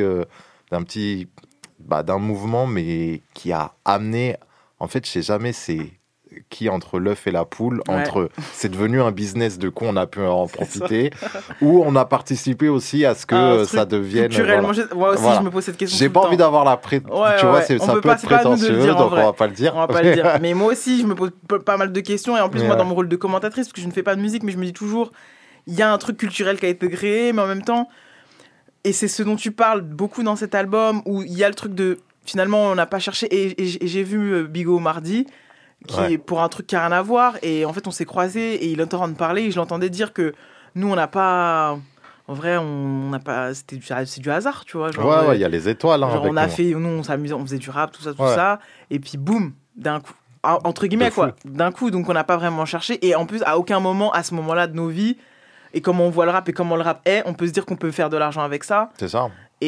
mouvement, mais qui a amené, en fait, je sais jamais, c'est qui entre l'œuf et la poule, c'est devenu un business, de quoi on a pu en profiter, ou on a participé aussi à ce que ça devienne... Culturellement, moi aussi, je me pose cette question. J'ai pas envie d'avoir la tu vois, ça peut être prétentieux, donc on va pas le dire. On va pas le dire. Mais moi aussi, je me pose pas mal de questions, et en plus, moi, dans mon rôle de commentatrice, parce que je ne fais pas de musique, mais je me dis toujours, il y a un truc culturel qui a été créé, mais en même temps, et c'est ce dont tu parles beaucoup dans cet album, où il y a le truc de, finalement, on n'a pas cherché, et j'ai vu Bigo mardi, qui est pour un truc qui n'a rien à voir, et en fait on s'est croisés et il est en train de parler et je l'entendais dire que nous on n'a pas, en vrai on n'a pas, c'est du hasard, tu vois, genre, il y a les étoiles, hein, genre, on s'amusait, on faisait du rap, tout ça, et puis boum, d'un coup, entre guillemets d'un coup, donc on n'a pas vraiment cherché, et en plus à aucun moment à ce moment-là de nos vies, et comment on voit le rap et comment le rap est, on peut se dire qu'on peut faire de l'argent avec ça. C'est ça.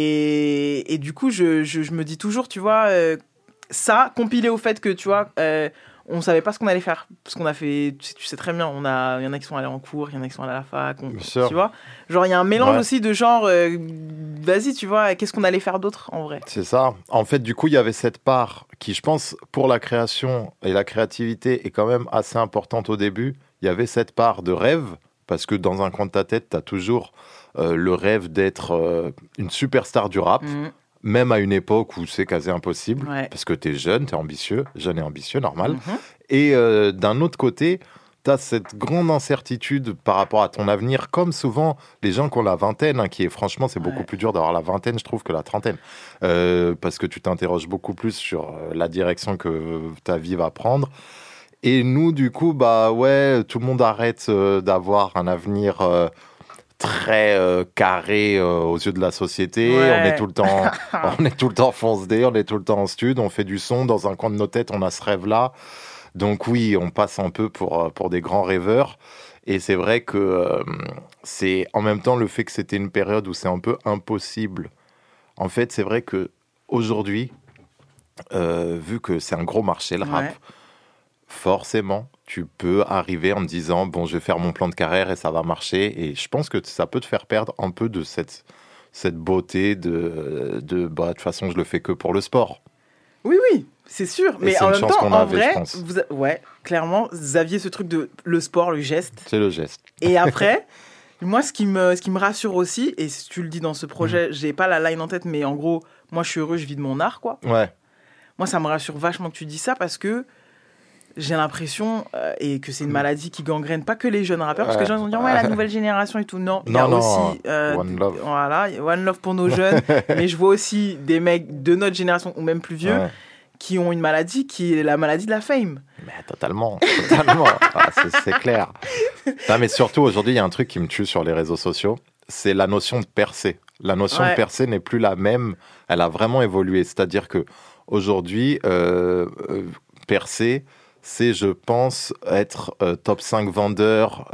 Et du coup je me dis toujours, tu vois, ça compilé au fait que, tu vois, on savait pas ce qu'on allait faire, parce qu'on a fait, tu sais très bien, il y en a qui sont allés en cours, il y en a qui sont allés à la fac, tu vois, genre il y a un mélange aussi de genre, vas-y, tu vois, qu'est-ce qu'on allait faire d'autre en vrai. C'est ça, en fait du coup il y avait cette part qui, je pense, pour la création et la créativité est quand même assez importante au début. Il y avait cette part de rêve, parce que dans un coin de ta tête t'as toujours le rêve d'être une superstar du rap, même à une époque où c'est quasi impossible, parce que t'es jeune et ambitieux, normal. Et d'un autre côté, t'as cette grande incertitude par rapport à ton avenir, comme souvent les gens qui ont la vingtaine, hein, qui est, franchement, c'est beaucoup plus dur d'avoir la vingtaine, je trouve, que la trentaine, parce que tu t'interroges beaucoup plus sur la direction que ta vie va prendre. Et nous, du coup, tout le monde arrête d'avoir un avenir... très carré aux yeux de la société. On est tout le temps fonce D, on est tout le temps en stud, on fait du son, dans un coin de nos têtes on a ce rêve là, donc oui, on passe un peu pour des grands rêveurs. Et c'est vrai que c'est en même temps le fait que c'était une période où c'est un peu impossible. En fait, c'est vrai que aujourd'hui, vu que c'est un gros marché, le rap, forcément tu peux arriver en me disant bon, je vais faire mon plan de carrière et ça va marcher, et je pense que ça peut te faire perdre un peu de cette beauté de toute façon je le fais que pour le sport. Oui, c'est sûr, mais en même temps, en vrai, clairement, vous aviez ce truc de le sport, le geste. C'est le geste. Et après, moi, ce qui me rassure aussi, et tu le dis dans ce projet, j'ai pas la line en tête, mais en gros, moi, je suis heureux, je vis de mon art, quoi. Ouais. Moi, ça me rassure vachement que tu dis ça, parce que j'ai l'impression, et que c'est une maladie qui gangrène pas que les jeunes rappeurs, parce que les gens vont dire la nouvelle génération et tout. Non, il y a aussi One Love. Voilà, One Love pour nos jeunes, mais je vois aussi des mecs de notre génération ou même plus vieux qui ont une maladie qui est la maladie de la fame. Mais totalement. C'est clair. Non, mais surtout aujourd'hui, il y a un truc qui me tue sur les réseaux sociaux, c'est la notion de percée. La notion de percée n'est plus la même, elle a vraiment évolué. C'est-à-dire que aujourd'hui, percée, c'est, je pense, être top 5 vendeur,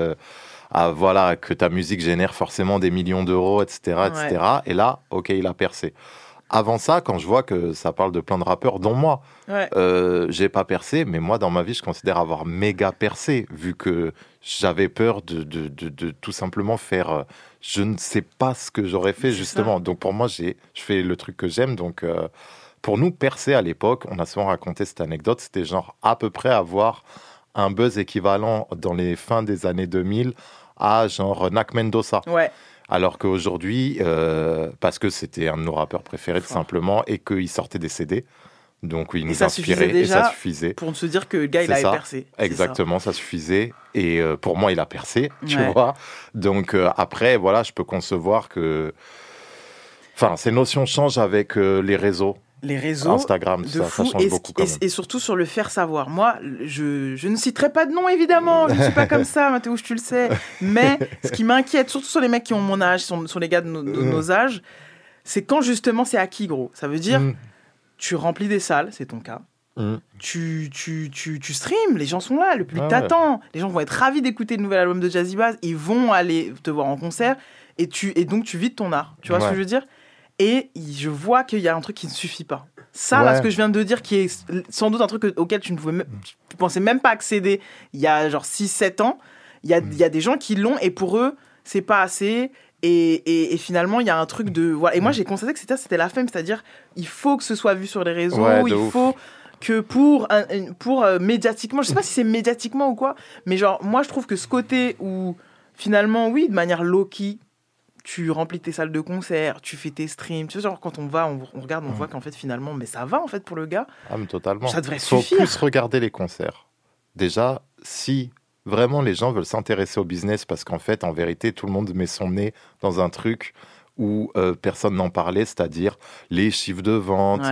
que ta musique génère forcément des millions d'euros, etc. Et là, ok, il a percé. Avant ça, quand je vois que ça parle de plein de rappeurs, dont moi, j'ai pas percé, mais moi, dans ma vie, je considère avoir méga percé, vu que j'avais peur de tout simplement faire... je ne sais pas ce que j'aurais fait, justement. Donc, pour moi, je fais le truc que j'aime, donc... Pour nous, percer à l'époque, on a souvent raconté cette anecdote, c'était genre à peu près avoir un buzz équivalent dans les fins des années 2000 à genre Nak Mendoza. Alors qu'aujourd'hui, parce que c'était un de nos rappeurs préférés tout simplement, et qu'il sortait des CD, donc il nous inspirait et ça suffisait. Pour se dire que le gars, il avait percé. Exactement, ça suffisait. Et pour moi, il a percé, tu vois. Donc après, voilà, je peux concevoir que... Enfin, ces notions changent avec les réseaux. Les réseaux, Instagram, ça change beaucoup quand même. Et surtout sur le faire savoir. Moi, je ne citerai pas de nom, évidemment. Je ne suis pas comme ça, Mathéouche, tu le sais. Mais ce qui m'inquiète, surtout sur les mecs qui ont mon âge, sur les gars de nos âges, c'est quand justement c'est acquis, gros. Ça veut dire, tu remplis des salles, c'est ton cas. Tu streams, les gens sont là, le public t'attend. Les gens vont être ravis d'écouter le nouvel album de Jazzy Bass. Ils vont aller te voir en concert. Et donc, tu vis de ton art. Tu vois ce que je veux dire ? Et je vois qu'il y a un truc qui ne suffit pas. Ça, là, ce que je viens de dire, qui est sans doute un truc auquel tu pensais même pas accéder il y a genre 6-7 ans, il y a des gens qui l'ont, et pour eux, c'est pas assez. Et finalement, il y a un truc de... Voilà. Et moi, j'ai constaté que c'était la femme, c'est-à-dire il faut que ce soit vu sur les réseaux, faut que pour médiatiquement, je sais pas si c'est médiatiquement ou quoi, mais genre, moi, je trouve que ce côté où, finalement, oui, de manière low-key, tu remplis tes salles de concert, tu fais tes streams, tu sais, genre, quand on regarde, on voit qu'en fait, finalement, mais ça va, en fait, pour le gars. Ah, mais totalement. Ça devrait suffire. Faut plus regarder les concerts. Déjà, si... Vraiment, les gens veulent s'intéresser au business parce qu'en fait, en vérité, tout le monde met son nez dans un truc où personne n'en parlait, c'est-à-dire les chiffres de vente,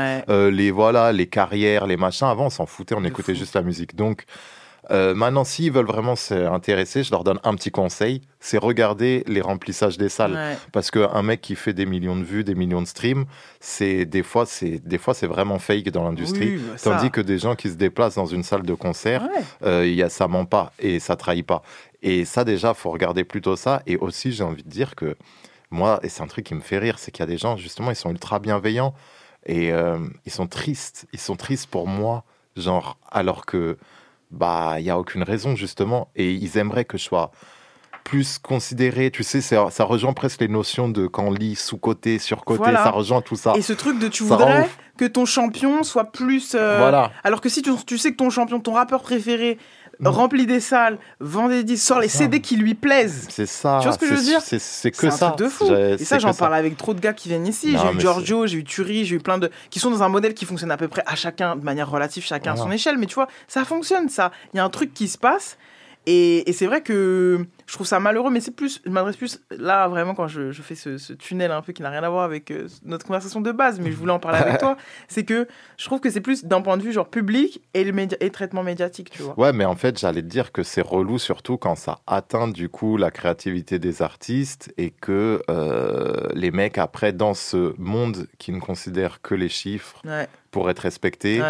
les carrières, les machins. Avant, on s'en foutait, on écoutait juste la musique. Donc, maintenant, s'ils veulent vraiment s'intéresser, je leur donne un petit conseil, c'est regarder les remplissages des salles. Ouais. Parce qu'un mec qui fait des millions de vues, des millions de streams, des fois, c'est vraiment fake dans l'industrie. Oui, tandis que des gens qui se déplacent dans une salle de concert, ça ment pas et ça trahit pas. Et ça, déjà, il faut regarder plutôt ça. Et aussi, j'ai envie de dire que moi, et c'est un truc qui me fait rire, c'est qu'il y a des gens, justement, ils sont ultra bienveillants et ils sont tristes. Ils sont tristes pour moi, genre, alors que il n'y a aucune raison, justement. Et ils aimeraient que je sois plus considéré. Tu sais, ça rejoint presque les notions de quand on lit sous-côté, sur-côté. Voilà. Ça rejoint tout ça. Et ce truc de tu voudrais que ton champion soit plus... Voilà. Alors que si tu sais que ton champion, ton rappeur préféré, remplit des salles, vend des disques, sort les CD qui lui plaisent. C'est ça. Tu vois ce que je veux dire ? C'est que ça. C'est un truc de fou. Et ça, j'en parle avec trop de gars qui viennent ici. J'ai eu Giorgio, j'ai eu Turi, j'ai eu plein de... qui sont dans un modèle qui fonctionne à peu près à chacun, de manière relative, chacun à son échelle. Mais tu vois, ça fonctionne, ça. Il y a un truc qui se passe. Et c'est vrai que je trouve ça malheureux, mais je m'adresse plus là, vraiment, quand je fais ce tunnel un peu qui n'a rien à voir avec notre conversation de base, mais je voulais en parler avec toi, c'est que je trouve que c'est plus d'un point de vue genre public et le traitement médiatique, tu vois. Ouais, mais en fait, j'allais te dire que c'est relou, surtout quand ça atteint du coup la créativité des artistes et que les mecs, après, dans ce monde qui ne considère que les chiffres pour être respectés,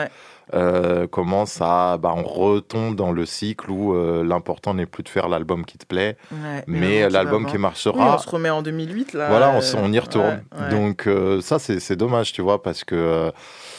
commence on retombe dans le cycle où l'important n'est plus de faire l'album qui te plaît, mais l'album qui marchera. Oui, on se remet en 2008 là. Voilà, on y retourne. Donc ça c'est dommage, tu vois, parce que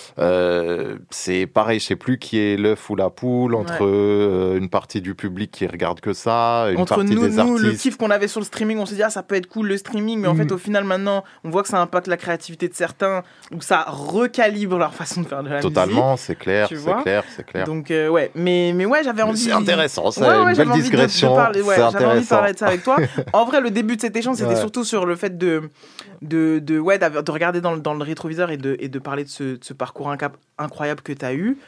c'est pareil, je sais plus qui est l'œuf ou la poule entre une partie du public qui regarde que ça, une entre partie des artistes. Le kiff qu'on avait sur le streaming, on s'est dit ça peut être cool le streaming, mais en fait au final maintenant on voit que ça impacte la créativité de certains, ou ça recalibre leur façon de faire de la musique. Totalement, c'est clair. Donc mais j'avais envie. C'est intéressant, c'est une belle digression. J'avais envie de parler de ça avec toi. En vrai, le début de cet échange, c'était surtout sur le fait de regarder dans le rétroviseur et de parler de ce parcours incroyable que tu as eu.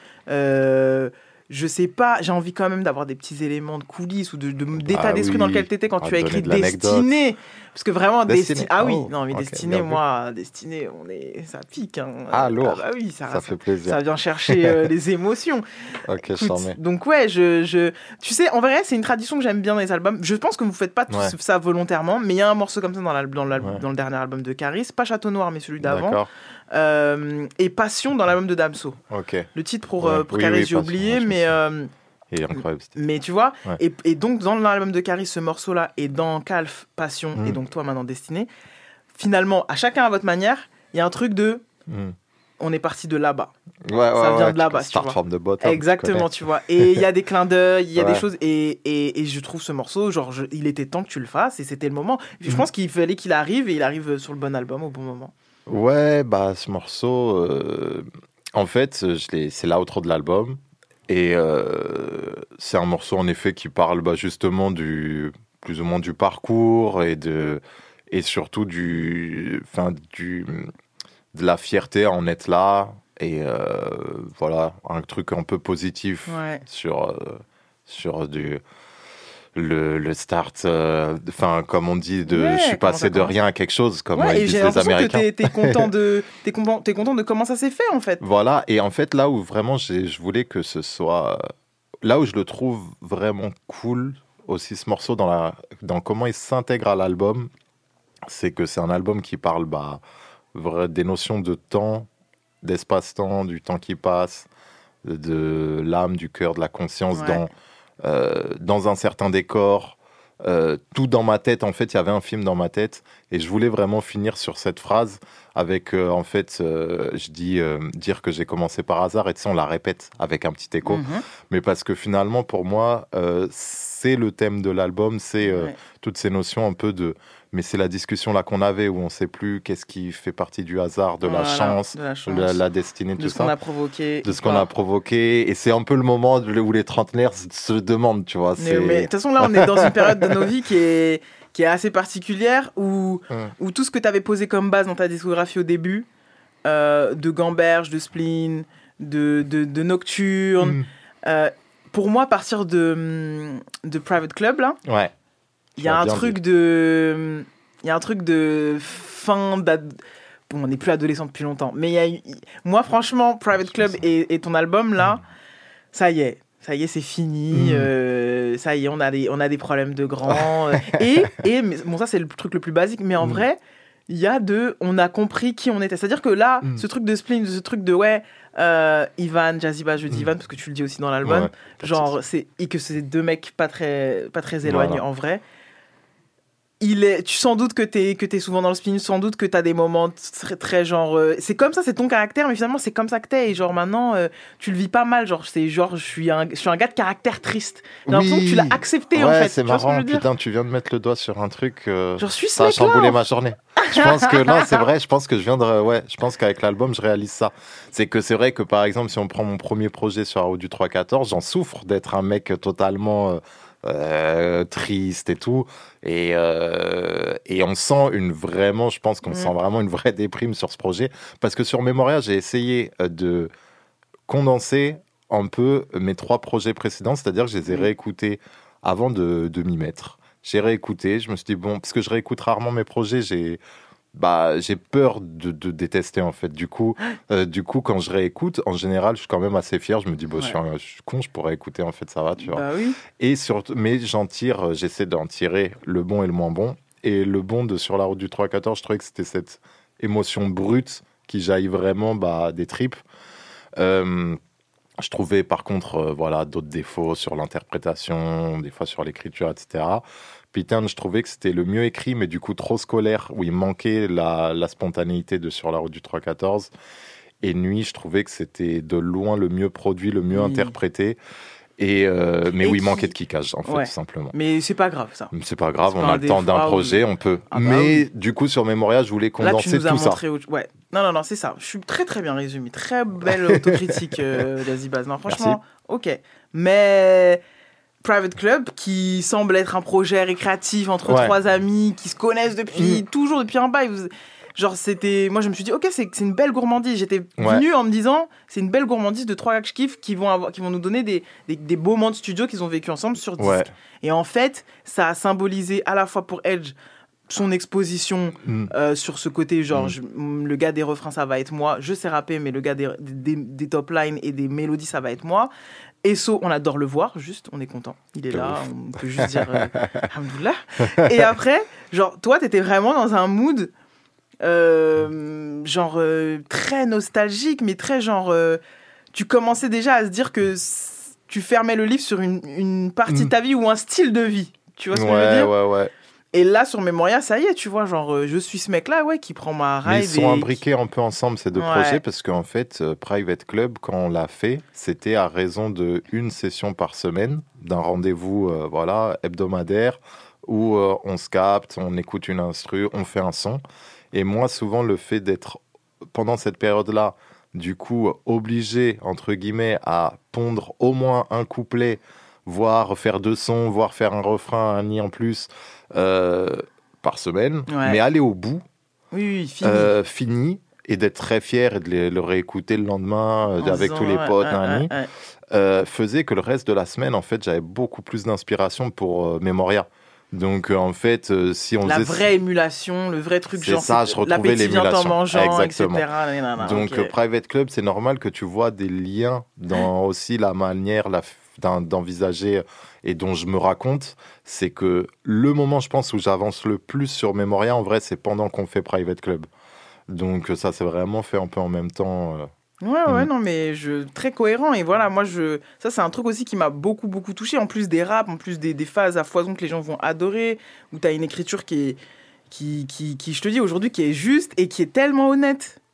Je sais pas, j'ai envie quand même d'avoir des petits éléments de coulisses ou d'état d'esprit dans lequel tu étais quand tu as écrit Destinée. Parce que vraiment, Destinée. Ah oui, non, mais Destinée, Destinée, ça pique. Hein. Ah, lourd. Ah bah oui, ça fait plaisir. Ça vient chercher les émotions. Ok, je t'en mets. Donc, tu sais, en vrai, c'est une tradition que j'aime bien dans les albums. Je pense que vous faites pas tout ça volontairement, mais il y a un morceau comme ça dans le dernier album de Caris, pas Château Noir, mais celui d'avant. D'accord. Et Passion dans l'album de Damso. Okay. Le titre pour Caris, j'ai oublié, mais incroyable, mais tu vois, et donc dans l'album de Caris, ce morceau-là, et dans Calf, Passion, et donc toi maintenant Destinée, finalement, à chacun à votre manière, il y a un truc de on est parti de là-bas. Ça vient de là-bas, tu vois. From the bottom. Exactement, tu vois. Et il y a des clins d'œil, il y a des choses, et je trouve ce morceau, genre, il était temps que tu le fasses, et c'était le moment. Je pense qu'il fallait qu'il arrive, et il arrive sur le bon album au bon moment. Ouais, ce morceau, en fait, c'est l'outro de l'album. Et c'est un morceau, en effet, qui parle justement plus ou moins du parcours et surtout de la fierté à en être là. Et voilà, un truc un peu positif sur le start, comme on dit, je suis passé de rien à quelque chose, comme ils disent les Américains. Et j'ai l'impression que t'es content de comment ça s'est fait, en fait. Voilà, et en fait, là où vraiment je voulais que ce soit... Là où je le trouve vraiment cool, aussi, ce morceau, dans comment il s'intègre à l'album, c'est que c'est un album qui parle des notions de temps, d'espace-temps, du temps qui passe, de l'âme, du cœur, de la conscience, dans un certain décor, tout dans ma tête. En fait, il y avait un film dans ma tête et je voulais vraiment finir sur cette phrase avec, je dis dire que j'ai commencé par hasard, et tu sais, on la répète avec un petit écho, mais parce que finalement, pour moi, c'est le thème de l'album, c'est toutes ces notions un peu de... Mais c'est la discussion là qu'on avait où on ne sait plus qu'est-ce qui fait partie du hasard, de la chance, la destinée, tout ça. De ce qu'on a provoqué. De ce qu'on a provoqué. Et c'est un peu le moment où les trentenaires se demandent, tu vois. Mais de toute façon, là, on est dans une période de nos vies qui est assez particulière où tout ce que tu avais posé comme base dans ta discographie au début, de Gamberge, de Spleen, de Nocturne, pour moi, à partir de Private Club, là, il y a un truc de fin bon, on n'est plus adolescent depuis longtemps, mais moi franchement Private Club et ton album là, ça y est c'est fini, ça y est on a des problèmes de grands mais bon ça c'est le truc le plus basique, mais en vrai il y a on a compris qui on était, c'est à dire que là ce truc de Spleen, ce truc de Ivan, Jazzy-Bass, je dis Ivan parce que tu le dis aussi dans l'album, genre et que c'est deux mecs pas très éloignés en vrai. Tu sens doute que t'es souvent dans le spin, sans doute que t'as des moments très, très genre... c'est comme ça, c'est ton caractère, mais finalement, c'est comme ça que t'es. Et genre, maintenant, tu le vis pas mal. Genre, c'est genre, je suis un gars de caractère triste. J'ai l'impression que tu l'as accepté, en fait. C'est marrant. Putain, tu viens de mettre le doigt sur un truc... genre, suis ça a chamboulé ma journée. Je pense que là, c'est vrai, je pense que je pense qu'avec l'album, je réalise ça. C'est que c'est vrai que, par exemple, si on prend mon premier projet sur la route du 314, j'en souffre d'être un mec totalement... triste et tout, et on sent je pense qu'on sent vraiment une vraie déprime sur ce projet, parce que sur Memoria j'ai essayé de condenser un peu mes 3 projets précédents, c'est-à-dire que je les ai réécoutés avant de m'y mettre. J'ai réécouté, je me suis dit bon, parce que je réécoute rarement mes projets, j'ai peur de détester en fait. Du coup, quand je réécoute, en général, je suis quand même assez fier. Je me dis, je suis con, je pourrais écouter, en fait, ça va, tu vois. Oui. Et mais j'essaie d'en tirer le bon et le moins bon. Et le bon de Sur la route du 314, je trouvais que c'était cette émotion brute qui jaillit vraiment des tripes. Je trouvais par contre d'autres défauts sur l'interprétation, des fois sur l'écriture, etc. Putain, je trouvais que c'était le mieux écrit, mais du coup trop scolaire, où il manquait la spontanéité de Sur la route du 314. Et Nuit, je trouvais que c'était de loin le mieux produit, le mieux interprété. Mais où il manquait de kickage, en fait, tout simplement. Mais c'est pas grave, ça. C'est pas grave, on a le temps d'un projet, on peut. Du coup, sur Memoria, je voulais condenser tout ça. Non, c'est ça. Je suis très, très bien résumé. Très belle autocritique, Jazzy-Bass. Non, franchement, ok. Mais Private Club, qui semble être un projet récréatif entre 3 amis qui se connaissent depuis un bail. Genre, moi, je me suis dit, ok, c'est une belle gourmandise. J'étais venu en me disant, c'est une belle gourmandise de 3 gars que je kiffe qui vont nous donner des beaux moments de studio qu'ils ont vécu ensemble sur disque. Et en fait, ça a symbolisé à la fois pour Edge son exposition sur ce côté, genre, le gars des refrains, ça va être moi. Je sais rapper, mais le gars des top lines et des mélodies, ça va être moi. Esso, on adore le voir, juste, on est content. Il est là, on peut juste dire alhamdoulilah. Et après, genre, toi, t'étais vraiment dans un mood... très nostalgique, mais très genre tu commençais déjà à se dire que tu fermais le livre sur une partie de ta vie ou un style de vie, tu vois ce que je veux dire? Ouais. Et là sur Memoria, ça y est, tu vois, genre je suis ce mec là qui prend ma ride. Mais ils sont imbriqués un peu ensemble ces deux projets, parce qu'en fait Private Club, quand on l'a fait, c'était à raison de 1 session par semaine, d'un rendez-vous hebdomadaire où on se capte, on écoute une instru, on fait un son. Et moi, souvent, le fait d'être, pendant cette période-là, du coup, obligé, entre guillemets, à pondre au moins un couplet, voire faire 2 sons, voire faire un refrain, un nid en plus, par semaine, mais aller au bout, fini, et d'être très fier et de le réécouter le lendemain avec tous les potes, faisait que le reste de la semaine, en fait, j'avais beaucoup plus d'inspiration pour Memoria. Donc en fait, si on vraie émulation, le vrai truc, c'est genre ça, je retrouvais l'émulation, mangeant, exactement. Etc. Donc Private Club, c'est normal que tu vois des liens dans aussi la manière d'envisager et dont je me raconte. C'est que le moment, je pense, où j'avance le plus sur Memoria, en vrai, c'est pendant qu'on fait Private Club. Donc ça, c'est vraiment fait un peu en même temps. Non, mais très cohérent. Et voilà, moi, ça, c'est un truc aussi qui m'a beaucoup, beaucoup touché. En plus des raps, en plus des phases à foison que les gens vont adorer, où tu as une écriture qui, je te dis aujourd'hui, qui est juste et qui est tellement honnête.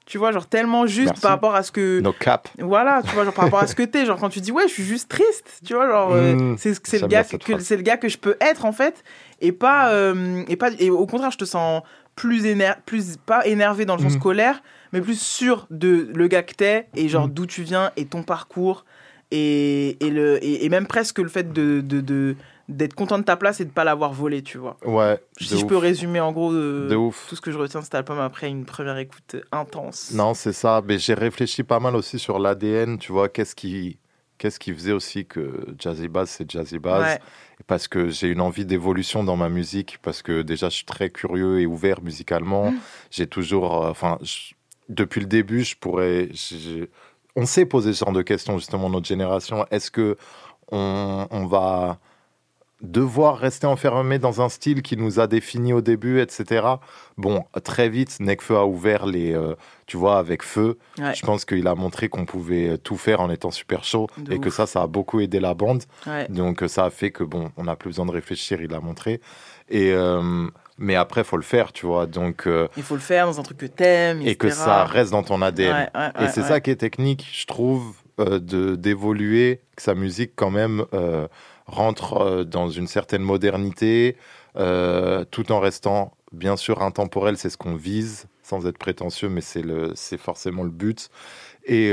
Tu vois, genre tellement juste Merci. par rapport à ce que... No cap. Voilà, tu vois, genre par rapport à ce que t'es. Genre quand tu dis, ouais, je suis juste triste. Tu vois, genre c'est le gars c'est le gars que je peux être, en fait. Et au contraire, je te sens plus pas énervé dans le sens colère, mais plus sûr de le gars que t'es et genre d'où tu viens et ton parcours et même presque le fait d'être content de ta place et de pas l'avoir volé, tu vois. Ouais. Si je peux résumer en gros tout ce que je retiens de cet album après une première écoute intense. Non, c'est ça. Mais j'ai réfléchi pas mal aussi sur l'ADN, tu vois, qu'est-ce qui faisait aussi que Jazzy Bass, c'est Jazzy Bass. Ouais. Parce que j'ai une envie d'évolution dans ma musique, parce que déjà, je suis très curieux et ouvert musicalement. J'ai toujours... depuis le début, on s'est posé ce genre de questions, justement, notre génération. Est-ce que on va devoir rester enfermé dans un style qui nous a défini au début, etc. Bon, très vite, Nekfeu a ouvert tu vois, avec Feu. Ouais. Je pense qu'il a montré qu'on pouvait tout faire en étant super chaud et que ça a beaucoup aidé la bande. Ouais. Donc, ça a fait que, bon, on n'a plus besoin de réfléchir, il l'a montré. Mais après, il faut le faire, tu vois. Donc, il faut le faire dans un truc que t'aimes, etc. Et que ça reste dans ton ADN. Et c'est ça qui est technique, je trouve, d'évoluer, que sa musique, quand même... rentre dans une certaine modernité, tout en restant bien sûr intemporel, c'est ce qu'on vise, sans être prétentieux, mais c'est forcément le but. Et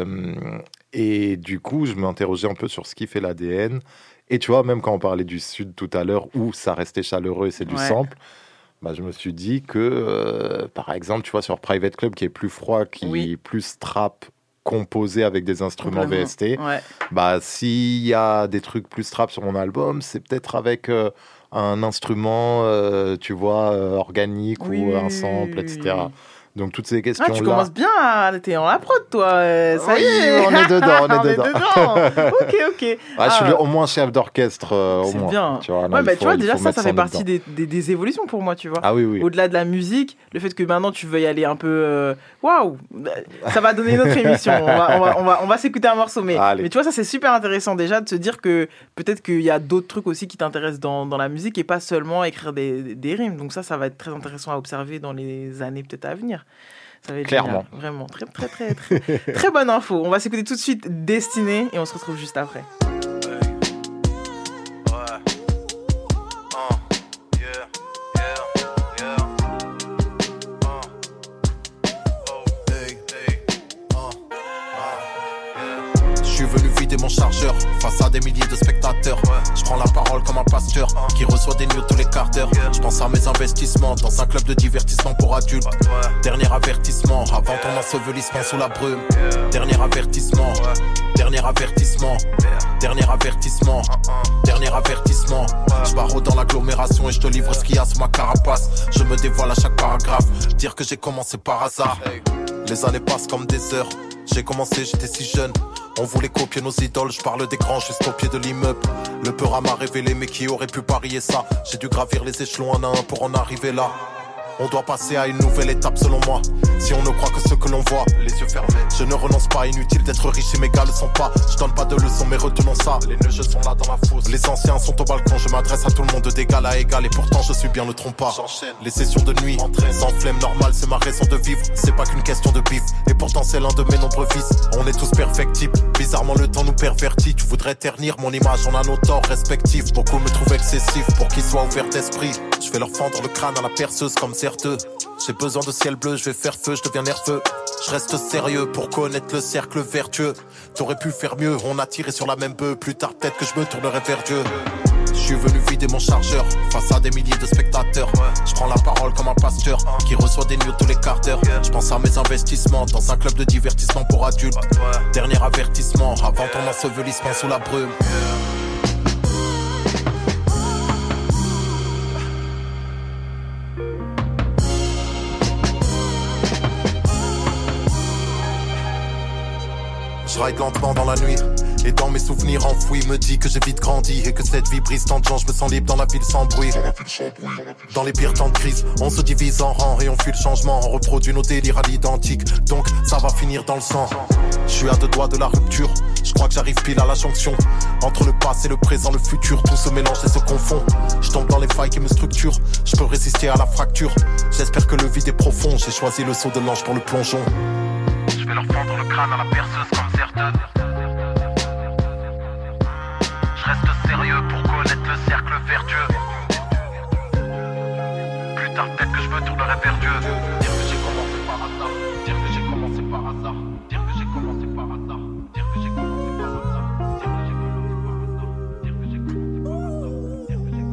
du coup, je m'interrogeais un peu sur ce qui fait l'ADN. Et tu vois, même quand on parlait du Sud tout à l'heure, où ça restait chaleureux et c'est du sample, bah, je me suis dit que, par exemple, tu vois, sur Private Club, qui est plus froid, qui est plus trap, composé avec des instruments VST. Bah, s'il y a des trucs plus trap sur mon album, c'est peut-être avec un instrument, tu vois, organique ou un sample, etc. Donc, toutes ces questions-là... tu commences bien t'es en la prod, toi. Ça y est. On est dedans, on est dedans. Ok. Je suis au moins chef d'orchestre, au moins. C'est bien. Tu vois, tu vois, déjà, ça fait partie des évolutions pour moi, tu vois. Ah oui. Au-delà de la musique, le fait que maintenant, tu veuilles aller un peu... Waouh, ça va donner une autre émission. On va s'écouter un morceau. Mais tu vois, ça, c'est super intéressant déjà de se dire que peut-être qu'il y a d'autres trucs aussi qui t'intéressent dans la musique et pas seulement écrire des rimes. Donc ça va être très intéressant à observer dans les années peut-être à venir. Ça va être clairement génial. Vraiment très bonne info. On va s'écouter tout de suite Destiné et on se retrouve juste après. Mon chargeur face à des milliers de spectateurs. Je prends la parole comme un pasteur qui reçoit des news tous les quarts d'heure. Je pense à mes investissements dans un club de divertissement pour adultes. Dernier avertissement avant ton ensevelissement sous la brume. Dernier avertissement. Dernier avertissement. Dernier avertissement. Dernier avertissement. Je pars dans l'agglomération et je te livre ce qu'il y a sous ma carapace. Je me dévoile à chaque paragraphe. Dire que j'ai commencé par hasard. Les années passent comme des heures. J'ai commencé, j'étais si jeune. On voulait copier nos idoles, je parle des grands juste au pied de l'immeuble. Le peur m'a révélé, mais qui aurait pu parier ça? J'ai dû gravir les échelons un à un pour en arriver là. On doit passer à une nouvelle étape selon moi. Si on ne croit que ce que l'on voit, les yeux fermés. Je ne renonce pas, inutile d'être riche et mes gars le sont pas. Je donne pas de leçons mais retenons ça. Les nœuds sont là dans la fosse. Les anciens sont au balcon, je m'adresse à tout le monde d'égal à égal. Et pourtant je suis bien, ne trompe pas. Les sessions de nuit, sans flemme normale, c'est ma raison de vivre. C'est pas qu'une question de bif. Et pourtant c'est l'un de mes nombreux vices. On est tous perfectibles, bizarrement le temps nous pervertit. Tu voudrais ternir mon image, on a nos torts respectifs. Beaucoup me trouvent excessif pour qu'ils soient ouverts d'esprit. Je vais leur fendre le crâne à la perceuse comme certeux. J'ai besoin de ciel bleu, je vais faire feu, je deviens nerveux. Je reste sérieux pour connaître le cercle vertueux. T'aurais pu faire mieux, on a tiré sur la même bœuf. Plus tard peut-être que je me tournerai vers Dieu. Je suis venu vider mon chargeur face à des milliers de spectateurs. Je prends la parole comme un pasteur qui reçoit des news tous les quarts d'heure. Je pense à mes investissements dans un club de divertissement pour adultes. Dernier avertissement avant ton ensevelissement sous la brume. Je ride lentement dans la nuit, Et dans mes souvenirs enfouis, me dit que j'ai vite grandi et que cette vie brise tant de gens, je me sens libre dans la ville sans bruit. Dans les pires temps de crise, on se divise en rangs et on fuit le changement. On reproduit nos délires à l'identique, donc ça va finir dans le sang. Je suis à 2 doigts de la rupture, je crois que j'arrive pile à la jonction. Entre le passé, le présent, le futur, tout se mélange et se confond. Je tombe dans les failles qui me structurent, je peux résister à la fracture. J'espère que le vide est profond, j'ai choisi le saut de l'ange pour le plongeon. Je vais leur fendre le crâne à la perceuse comme Zerdun. Je reste sérieux pour connaître le cercle vertueux. Plus tard peut-être que je me tournerai vers Dieu. Dire que j'ai commencé par hasard, dire que j'ai commencé par hasard, dire que j'ai commencé par hasard, dire que j'ai commencé par hasard, dire que j'ai commencé par hasard, dire que j'ai commencé par hasard, dire que j'ai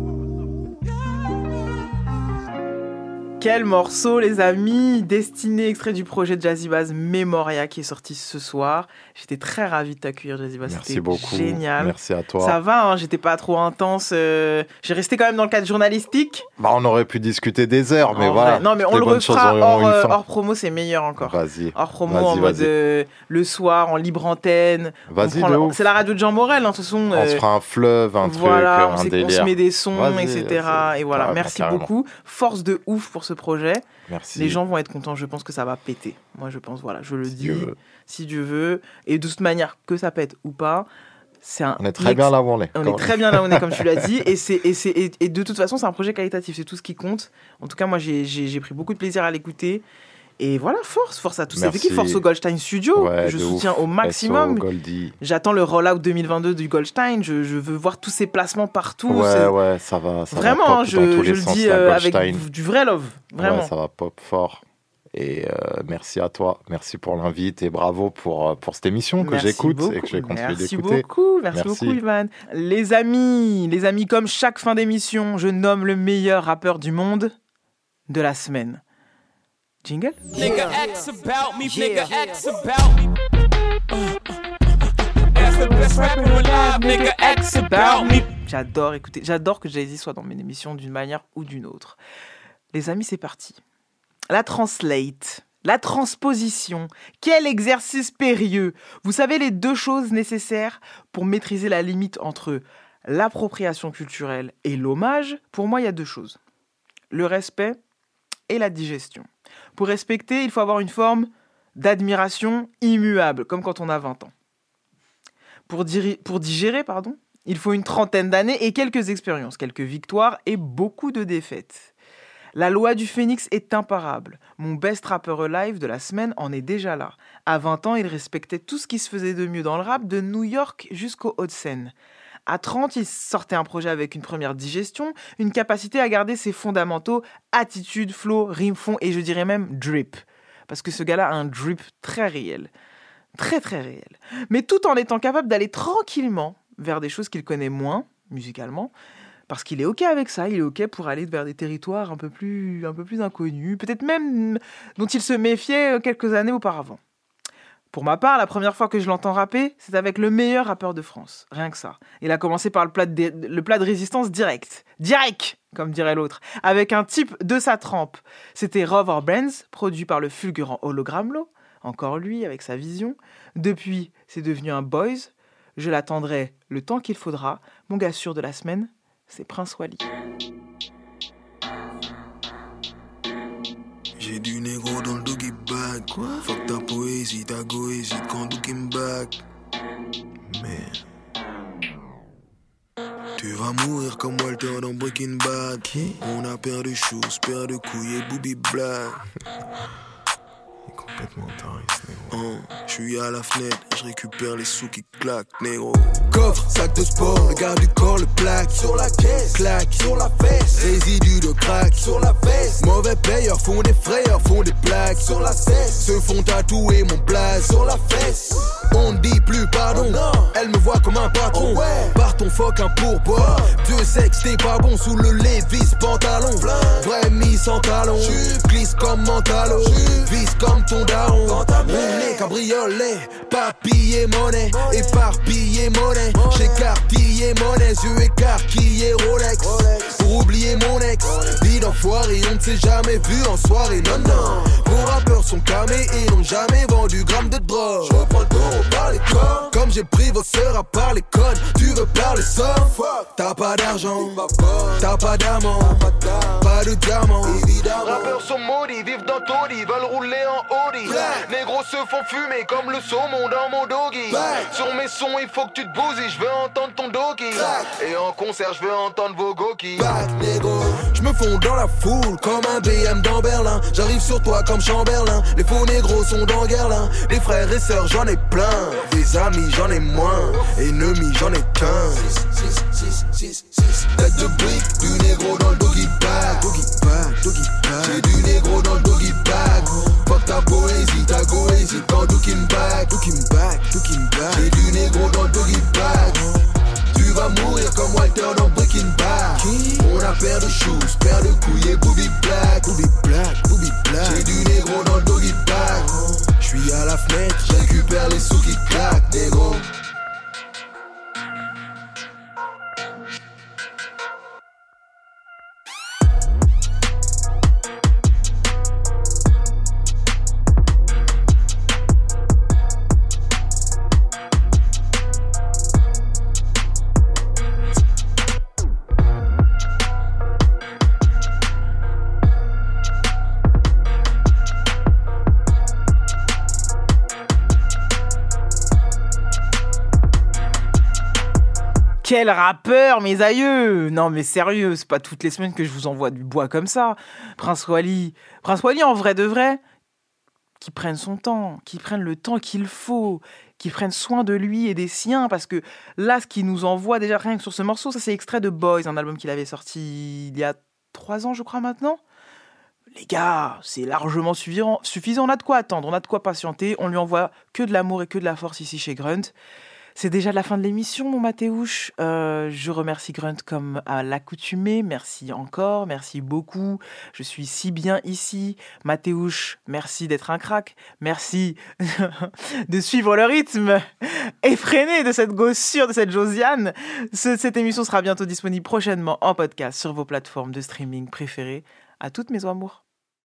commencé par hasard. Quel morceau, les amis! Destiné, extrait du projet de Jazzy Bass Memoria qui est sorti ce soir. J'étais très ravie de t'accueillir, Jazzy Bass. Merci C'était beaucoup. Génial. Merci à toi. Ça va, hein, j'étais pas trop intense. J'ai resté quand même dans le cadre journalistique. Bah, on aurait pu discuter des heures, mais voilà. Non, mais on le refera hors promo, c'est meilleur encore. Vas-y. Hors promo, en mode le soir, en libre antenne. Vas-y, c'est la radio de Jean Morel, hein, ce sont. On se fera un fleuve, un voilà, truc, un délire. On se met des sons, vas-y, etc. Vas-y. Et voilà, merci carrément. beaucoup. Force de ouf pour ce projet. Merci. Les gens vont être contents, je pense que ça va péter. Moi, je pense, voilà, je le dis. Si Dieu veut. Et de toute manière, que ça pète ou pas, on est très bien là où on est. On est très bien là où on est, comme tu l'as dit. Et de toute façon, c'est un projet qualitatif, c'est tout ce qui compte. En tout cas, moi, j'ai pris beaucoup de plaisir à l'écouter. Et voilà, force à tous ces équipes, force au Goldstein Studio, ouais, je soutiens au maximum. J'attends le rollout 2022 du Goldstein, je veux voir tous ces placements partout. Ouais, ça va. Vraiment, va je le dis avec du vrai love, vraiment. Ouais, ça va pop fort. Et merci à toi, merci pour l'invite et bravo pour cette émission que j'écoute et que je vais continuer d'écouter. Merci beaucoup Ivan. Les amis, comme chaque fin d'émission, je nomme le meilleur rappeur du monde de la semaine. Jingle? Nigga X about me, nigga X about me. That's the best rapper alive, nigga X about me. J'adore que Jay-Z soit dans mes émissions d'une manière ou d'une autre. Les amis, c'est parti. La translate, la transposition, quel exercice périlleux. Vous savez les 2 choses nécessaires pour maîtriser la limite entre l'appropriation culturelle et l'hommage. Pour moi, il y a 2 choses. Le respect et la digestion. Pour respecter, il faut avoir une forme d'admiration immuable, comme quand on a 20 ans. Pour digérer, il faut une 30aine d'années et quelques expériences, quelques victoires et beaucoup de défaites. La loi du phénix est imparable. Mon best rapper alive de la semaine en est déjà là. À 20 ans, il respectait tout ce qui se faisait de mieux dans le rap, de New York jusqu'aux Hauts-de-Seine. À 30, il sortait un projet avec une première digestion, une capacité à garder ses fondamentaux, attitude, flow, rime, fond et je dirais même drip. Parce que ce gars-là a un drip très réel. Très très réel. Mais tout en étant capable d'aller tranquillement vers des choses qu'il connaît moins, musicalement, parce qu'il est OK avec ça, il est OK pour aller vers des territoires un peu plus inconnus, peut-être même dont il se méfiait quelques années auparavant. Pour ma part, la première fois que je l'entends rapper, c'est avec le meilleur rappeur de France. Rien que ça. Il a commencé par le plat de résistance direct. Direct, comme dirait l'autre. Avec un type de sa trempe. C'était Rover Benz, produit par le fulgurant Hologramlo. Encore lui, avec sa vision. Depuis, c'est devenu un boys. Je l'attendrai le temps qu'il faudra. Mon gars sûr de la semaine, c'est Prince Wally. J'ai du négro dans le doggy bag. Quoi? Fuck ta poésie, ta goésie quand Dookie me back. Mais tu vas mourir comme Walter dans Breaking Bad. On a paire de choses, paire de couilles et booby black. Complètement tariste, négro. J'suis à la fenêtre, j'récupère les sous qui claquent, négro. Coffre, sac de sport, le garde du corps, le plaque. Sur la caisse, claque, sur la fesse. Résidus de crack, sur la veste. Mauvais payeurs font des frayeurs, font des plaques. Sur la cesse, se font tatouer mon blaze. Sur la fesse, on ne dit plus pardon. Elle me voit comme un patron. Par ton fuck un pourboire. Dieu sait que t'es pas bon sous le Levi's pantalon. Vrai mis sans talon. Glisse comme mentalo. Vise comme ton daron. Roulé cabriolet. Papillé monnaie. Éparpillé monnaie. J'écartillé monnaie. Yeux écarquillés Rolex. Pour oublier mon ex. Vie d'enfoiré, on ne s'est jamais vu en soirée. Non. Vos rappeurs sont camés et n'ont jamais vendu gramme de drogue. Je reprends le taureau par les corps. Comme j'ai pris vos sœurs à part les connes. Tu veux parler ça? T'as pas d'argent, t'as pas d'amant, pas de diamant. Rappeurs sont maudits, vivent dans taudis, veulent rouler en Audi. Négros se font fumer comme le saumon dans mon doggy. Sur mes sons, il faut que tu te bousilles, je veux entendre ton doggy. Et en concert, je veux entendre vos gokis. Je me fonds dans la foule comme un BM dans Berlin. J'arrive sur toi comme Chamberlain. Les faux négros sont dans Guerlain. Les frères et sœurs, j'en ai plein. Des amis, j'en ai moins. Ennemis, j'en ai 15. Tête de brique, du négro dans le doggy bag. J'ai du négro dans le doggy bag. Fuck ta poésie, ta goésie quand looking back. J'ai du négro dans le doggy bag. Tu vas mourir comme Walter dans Breaking Bad. On a paire de shoes, paire de couilles et booby black. J'ai du négro dans le doggy bag. J'suis à la fenêtre, j'récupère les sous qui claquent, négro. Quel rappeur, mes aïeux! Non mais sérieux, c'est pas toutes les semaines que je vous envoie du bois comme ça. Prince Wally, en vrai de vrai, qui prenne son temps, qui prenne le temps qu'il faut, qui prenne soin de lui et des siens, parce que là, ce qu'il nous envoie, déjà rien que sur ce morceau, ça c'est extrait de Boys, un album qu'il avait sorti il y a 3 ans, je crois maintenant. Les gars, c'est largement suffisant, on a de quoi attendre, on a de quoi patienter, on lui envoie que de l'amour et que de la force ici chez Grunt. C'est déjà la fin de l'émission, mon Mathéouche. Je remercie Grunt comme à l'accoutumée. Merci encore, merci beaucoup. Je suis si bien ici. Mathéouche, merci d'être un crack. Merci de suivre le rythme effréné de cette gossure, de cette Josiane. Cette émission sera bientôt disponible prochainement en podcast sur vos plateformes de streaming préférées. À toutes mes amours.